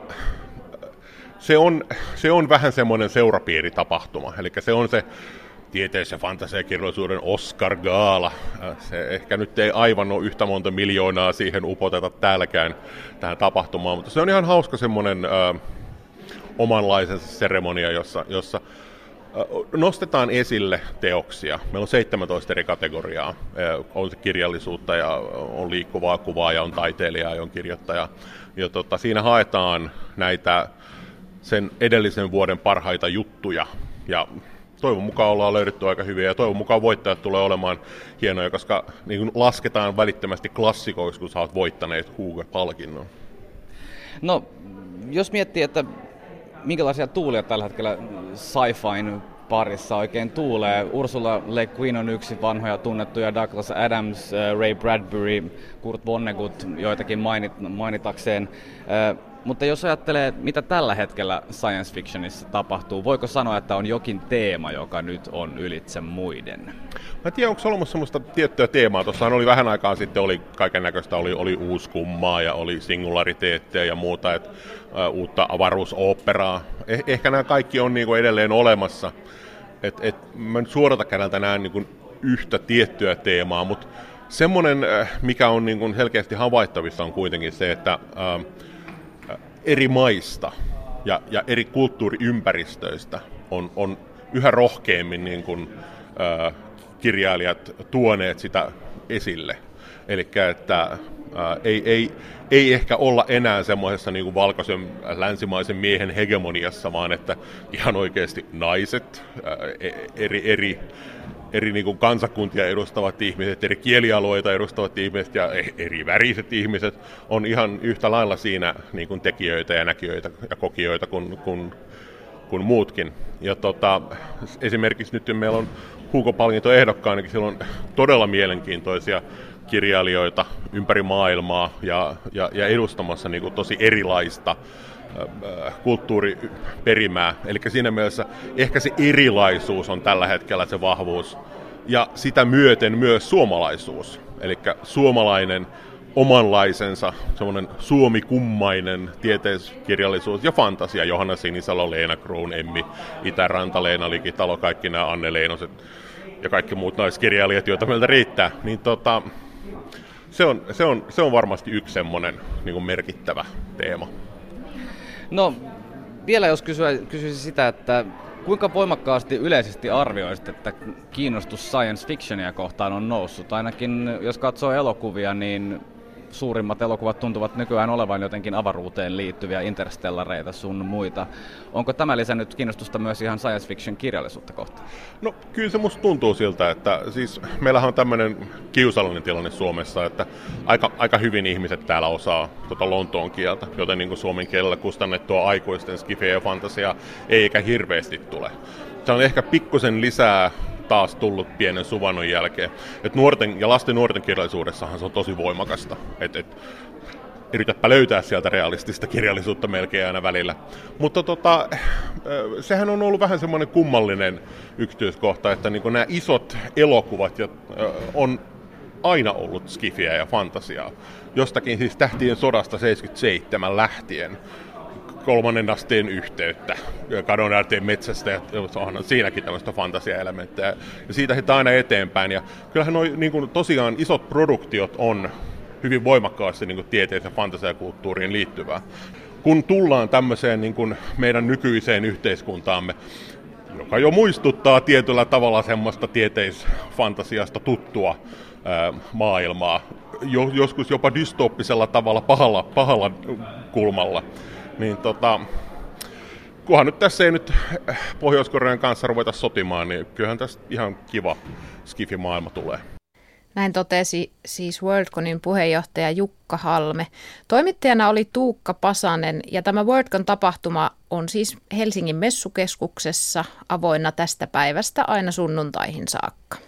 se, on, se on vähän semmoinen seurapiiritapahtuma, eli se on se tieteis- ja fantasiakirjallisuuden Oscar-gaala. Se ehkä nyt ei aivan ole yhtä monta miljoonaa siihen upoteta täälläkään tähän tapahtumaan, mutta se on ihan hauska semmoinen ö, omanlaisensa seremonia, jossa, jossa ö, nostetaan esille teoksia. Meillä on seitsemäntoista eri kategoriaa. Ö, on se kirjallisuutta ja on liikkuvaa kuvaa ja on taiteilijaa ja on kirjoittaja. Ja tota, siinä haetaan näitä sen edellisen vuoden parhaita juttuja ja toivon mukaan ollaan löydetty aika hyviä ja toivon mukaan voittajat tulee olemaan hienoja, koska niin lasketaan välittömästi klassikoiksi, kun sä oot voittaneet Hugo-palkinnon. No, jos miettii, että minkälaisia tuulia tällä hetkellä sci-fin parissa oikein tuulee. Ursula Le Guin on yksi vanhoja tunnettuja, Douglas Adams, Ray Bradbury, Kurt Vonnegut, joitakin mainit, mainitakseen. Mutta jos ajattelee, mitä tällä hetkellä science fictionissa tapahtuu, voiko sanoa, että on jokin teema, joka nyt on ylitse muiden? Mä en tiedä, onko olemassa semmoista tiettyä teemaa. Tuossahan oli vähän aikaa sitten, oli kaiken näköistä, oli, oli uuskummaa ja oli singulariteetteja ja muuta, et, ä, uutta avaruusoopperaa. Eh, ehkä nämä kaikki on niinku edelleen olemassa. Et, et, mä nyt suorata kädeltä näen niinku yhtä tiettyä teemaa, mutta semmoinen, mikä on niinku selkeästi havaittavissa, on kuitenkin se, että ä, eri maista ja, ja eri kulttuuriympäristöistä on, on yhä rohkeammin niin kuin, ä, kirjailijat tuoneet sitä esille. Eli että ä, ei, ei, ei ehkä olla enää semmoisessa niin kuin valkoisen länsimaisen miehen hegemoniassa, vaan että ihan oikeasti naiset, ä, eri, eri, eri niin kuin kansakuntia edustavat ihmiset, eri kielialueita edustavat ihmiset ja eri väriset ihmiset on ihan yhtä lailla siinä niin kuin tekijöitä ja näkijöitä ja kokijoita kuin, kuin, kuin muutkin. Ja tota, esimerkiksi nyt meillä on Hugo-palkinto ehdokkaanakin, siellä on todella mielenkiintoisia kirjailijoita ympäri maailmaa ja, ja, ja edustamassa niin kuin tosi erilaista kulttuuriperimää. Eli siinä mielessä ehkä se erilaisuus on tällä hetkellä se vahvuus. Ja sitä myöten myös suomalaisuus. Eli suomalainen omanlaisensa, semmoinen suomikummainen tieteiskirjallisuus ja fantasia. Johanna Sinisalo, Leena Kruun, Emmi Itäranta, Leena Likitalo, kaikki nämä Anne Leinoset ja kaikki muut naiskirjailijat, joita meiltä riittää. Niin tota, se, on, se, on, se on varmasti yksi semmoinen niin kuin merkittävä teema. No, vielä jos kysyä, kysyisin sitä, että kuinka voimakkaasti yleisesti arvioisit, että kiinnostus science fictionia kohtaan on noussut? Ainakin jos katsoo elokuvia, niin suurimmat elokuvat tuntuvat nykyään olevan jotenkin avaruuteen liittyviä, interstellareita sun muita. Onko tämä lisännyt kiinnostusta myös ihan science fiction kirjallisuutta kohtaan? No kyllä se musta tuntuu siltä, että siis meillähän on tämmöinen kiusallinen tilanne Suomessa, että aika, aika hyvin ihmiset täällä osaa tuota Lontoon kieltä, joten niin kuin suomen kielellä kustannettua aikuisten skifia ja fantasiaa ei eikä hirveästi tule. Se on ehkä pikkusen lisää taas tullut pienen suvannon jälkeen. Et nuorten ja lasten nuorten kirjallisuudessahan se on tosi voimakasta. Et, et, yritäpä löytää sieltä realistista kirjallisuutta melkein aina välillä. Mutta tota, sehän on ollut vähän semmoinen kummallinen yksityiskohta, että niin nämä isot elokuvat ja, on aina ollut skifiä ja fantasiaa. Jostakin siis Tähtien sodasta seitsemänkymmentäseitsemän lähtien. Kolmannen asteen yhteyttä, kadonjälkeen metsästä, ja onhan siinäkin tämmöistä fantasiaelementtejä, ja siitä sitten aina eteenpäin. Ja kyllähän noi, niin kuin tosiaan isot produktiot on hyvin voimakkaasti niin kuin tieteeseen ja fantasiakulttuuriin liittyvää. Kun tullaan tämmöiseen niin kuin meidän nykyiseen yhteiskuntaamme, joka jo muistuttaa tietyllä tavalla semmoista tieteisfantasiasta tuttua ää, maailmaa, jo, joskus jopa dystooppisella tavalla pahalla, pahalla kulmalla, niin tota, kunhan nyt tässä ei nyt Pohjois-Korean kanssa ruveta sotimaan, niin kyllähän tästä ihan kiva skifi-maailma tulee. Näin totesi siis Worldconin puheenjohtaja Jukka Halme. Toimittajana oli Tuukka Pasanen ja tämä Worldcon tapahtuma on siis Helsingin messukeskuksessa avoinna tästä päivästä aina sunnuntaihin saakka.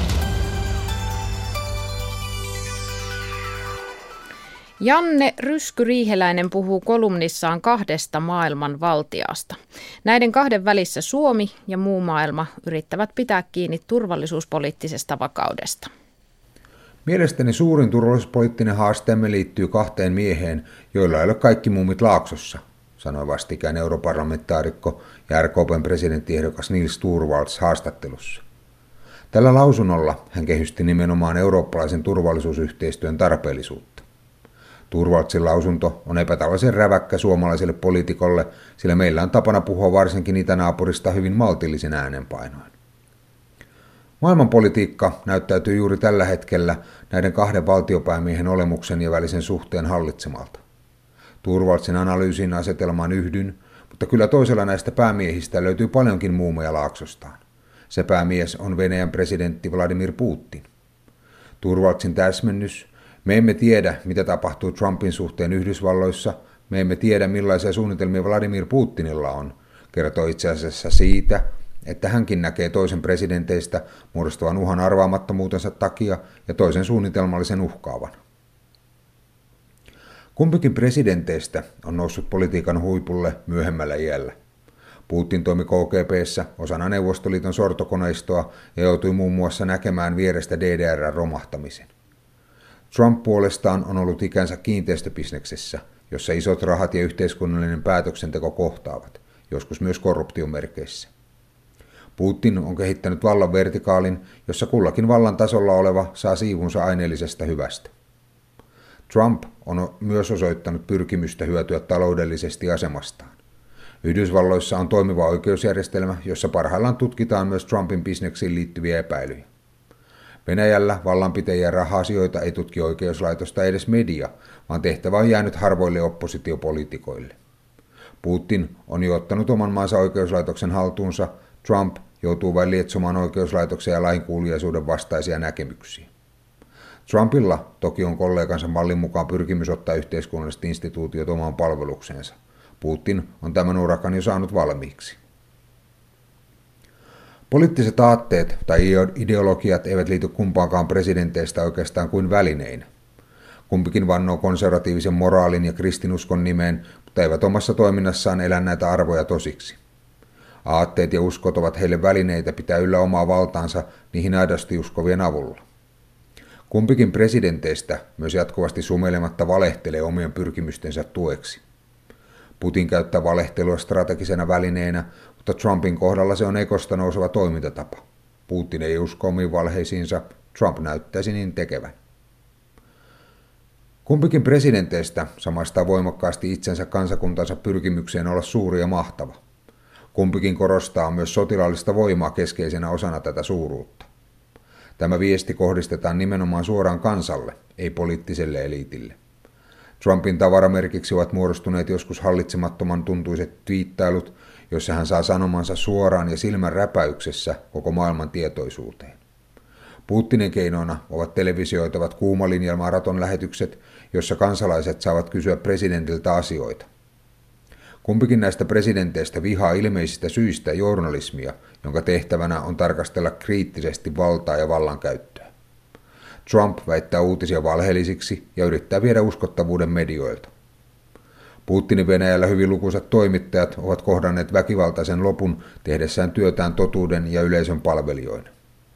Janne Rysky-Riiheläinen puhuu kolumnissaan kahdesta maailman valtiasta. Näiden kahden välissä Suomi ja muu maailma yrittävät pitää kiinni turvallisuuspoliittisesta vakaudesta. Mielestäni suurin turvallisuuspoliittinen haasteemme liittyy kahteen mieheen, joilla ei ole kaikki muumit Laaksossa, sanoi vastikään europarlamentaarikko ja R K P:n presidenttiehdokas Nils Torvalds haastattelussa. Tällä lausunnolla hän kehysti nimenomaan eurooppalaisen turvallisuusyhteistyön tarpeellisuutta. Torvaldsin lausunto on epätavallisen räväkkä suomalaiselle poliitikolle, sillä meillä on tapana puhua varsinkin itänaapurista hyvin maltillisen äänenpainoin. Maailmanpolitiikka näyttäytyy juuri tällä hetkellä näiden kahden valtiopäämiehen olemuksen ja välisen suhteen hallitsemalta. Torvaldsin analyysin asetelmaan yhdyn, mutta kyllä toisella näistä päämiehistä löytyy paljonkin muumeja Laaksostaan. Se päämies on Venäjän presidentti Vladimir Putin. Torvaldsin täsmennys: me emme tiedä, mitä tapahtuu Trumpin suhteen Yhdysvalloissa, me emme tiedä, millaisia suunnitelmia Vladimir Putinilla on, kertoo itse asiassa siitä, että hänkin näkee toisen presidenteistä muodostuvan uhan arvaamattomuutensa takia ja toisen suunnitelmallisen uhkaavan. Kumpikin presidenteistä on noussut politiikan huipulle myöhemmällä iällä. Putin toimi K G B:ssä osana Neuvostoliiton sortokoneistoa ja joutui muun muassa näkemään vierestä D D R:n romahtamisen. Trump puolestaan on ollut ikänsä kiinteistöbisneksessä, jossa isot rahat ja yhteiskunnallinen päätöksenteko kohtaavat, joskus myös korruptiomerkeissä. Putin on kehittänyt vallan vertikaalin, jossa kullakin vallan tasolla oleva saa siivunsa aineellisesta hyvästä. Trump on myös osoittanut pyrkimystä hyötyä taloudellisesti asemastaan. Yhdysvalloissa on toimiva oikeusjärjestelmä, jossa parhaillaan tutkitaan myös Trumpin bisneksiin liittyviä epäilyjä. Venäjällä vallanpitäjien raha-asioita ei tutki oikeuslaitosta edes media, vaan tehtävä on jäänyt harvoille oppositiopoliitikoille. Putin on jo ottanut oman maansa oikeuslaitoksen haltuunsa, Trump joutuu vain lietsomaan oikeuslaitoksen ja lainkuuliaisuuden vastaisia näkemyksiä. Trumpilla toki on kollegansa mallin mukaan pyrkimys ottaa yhteiskunnalliset instituutiot omaan palvelukseensa. Putin on tämän urakan jo saanut valmiiksi. Poliittiset aatteet tai ideologiat eivät liity kumpaankaan presidenteistä oikeastaan kuin välineinä. Kumpikin vannoo konservatiivisen moraalin ja kristinuskon nimeen, mutta eivät omassa toiminnassaan elä näitä arvoja tosiksi. Aatteet ja uskot ovat heille välineitä pitää yllä omaa valtaansa niihin aidosti uskovien avulla. Kumpikin presidenteistä myös jatkuvasti sumeilematta valehtelee omien pyrkimystensä tueksi. Putin käyttää valehtelua strategisena välineenä, mutta Trumpin kohdalla se on ekosta nouseva toimintatapa. Putin ei usko omiin valheisiinsa, Trump näyttäisi niin tekevän. Kumpikin presidenteistä samaistaa voimakkaasti itsensä kansakuntansa pyrkimykseen olla suuri ja mahtava. Kumpikin korostaa myös sotilaallista voimaa keskeisenä osana tätä suuruutta. Tämä viesti kohdistetaan nimenomaan suoraan kansalle, ei poliittiselle eliitille. Trumpin tavaramerkiksi ovat muodostuneet joskus hallitsemattoman tuntuiset twiittailut, joissa hän saa sanomansa suoraan ja silmän räpäyksessä koko maailman tietoisuuteen. Putinin keinoina ovat televisioitavat kuumalinjamaraton lähetykset, jossa kansalaiset saavat kysyä presidentiltä asioita. Kumpikin näistä presidenteistä vihaa ilmeisistä syistä journalismia, jonka tehtävänä on tarkastella kriittisesti valtaa ja vallankäyttöä. Trump väittää uutisia valheellisiksi ja yrittää viedä uskottavuuden medioilta. Putinin Venäjällä hyvin lukuisat toimittajat ovat kohdanneet väkivaltaisen lopun tehdessään työtään totuuden ja yleisön palvelijoina.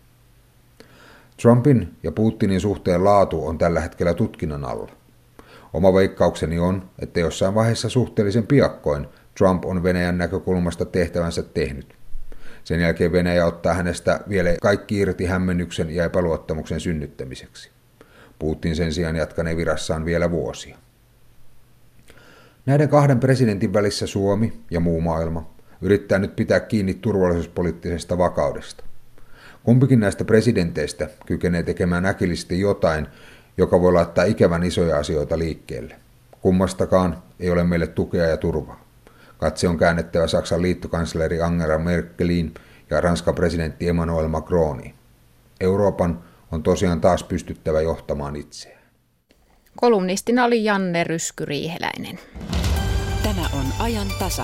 Trumpin ja Putinin suhteen laatu on tällä hetkellä tutkinnan alla. Oma veikkaukseni on, että jossain vaiheessa suhteellisen piakkoin Trump on Venäjän näkökulmasta tehtävänsä tehnyt. Sen jälkeen Venäjä ottaa hänestä vielä kaikki irti hämmennyksen ja epäluottamuksen synnyttämiseksi. Putin sen sijaan jatkanee virassaan vielä vuosia. Näiden kahden presidentin välissä Suomi ja muu maailma yrittää nyt pitää kiinni turvallisuuspoliittisesta vakaudesta. Kumpikin näistä presidenteistä kykenee tekemään äkillisesti jotain, joka voi laittaa ikävän isoja asioita liikkeelle. Kummastakaan ei ole meille tukea ja turvaa. Katse on käännettävä Saksan liittokansleri Angela Merkeliin ja Ranskan presidentti Emmanuel Macroniin. Euroopan on tosiaan taas pystyttävä johtamaan itseään. Kolumnistina oli Janne Rysky-Riiheläinen. Tämä on ajan tasa.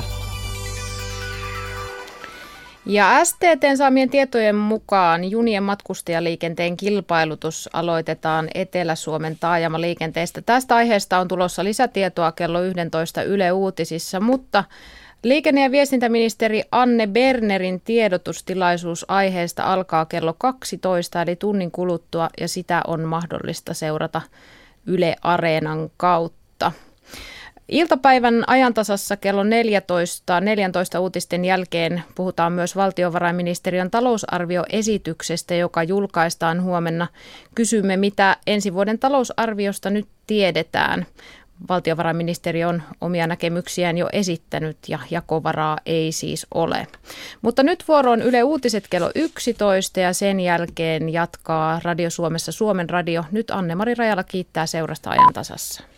Ja S T T:n saamien tietojen mukaan junien matkustajaliikenteen kilpailutus aloitetaan Etelä-Suomen taajamaliikenteestä. Tästä aiheesta on tulossa lisätietoa kello yksitoista Yle Uutisissa, mutta liikenne- ja viestintäministeri Anne Bernerin tiedotustilaisuus aiheesta alkaa kello kaksitoista eli tunnin kuluttua ja sitä on mahdollista seurata Yle Areenan kautta. Iltapäivän ajantasassa kello neljätoista, neljätoista uutisten jälkeen puhutaan myös valtiovarainministeriön talousarvioesityksestä, joka julkaistaan huomenna. Kysymme, mitä ensi vuoden talousarviosta nyt tiedetään. Valtiovarainministeriö on omia näkemyksiään jo esittänyt ja jakovaraa ei siis ole. Mutta nyt vuoroon Yle Uutiset kello yksitoista ja sen jälkeen jatkaa Radio Suomessa Suomen Radio. Nyt Anne-Mari Rajala kiittää seurasta ajantasassa.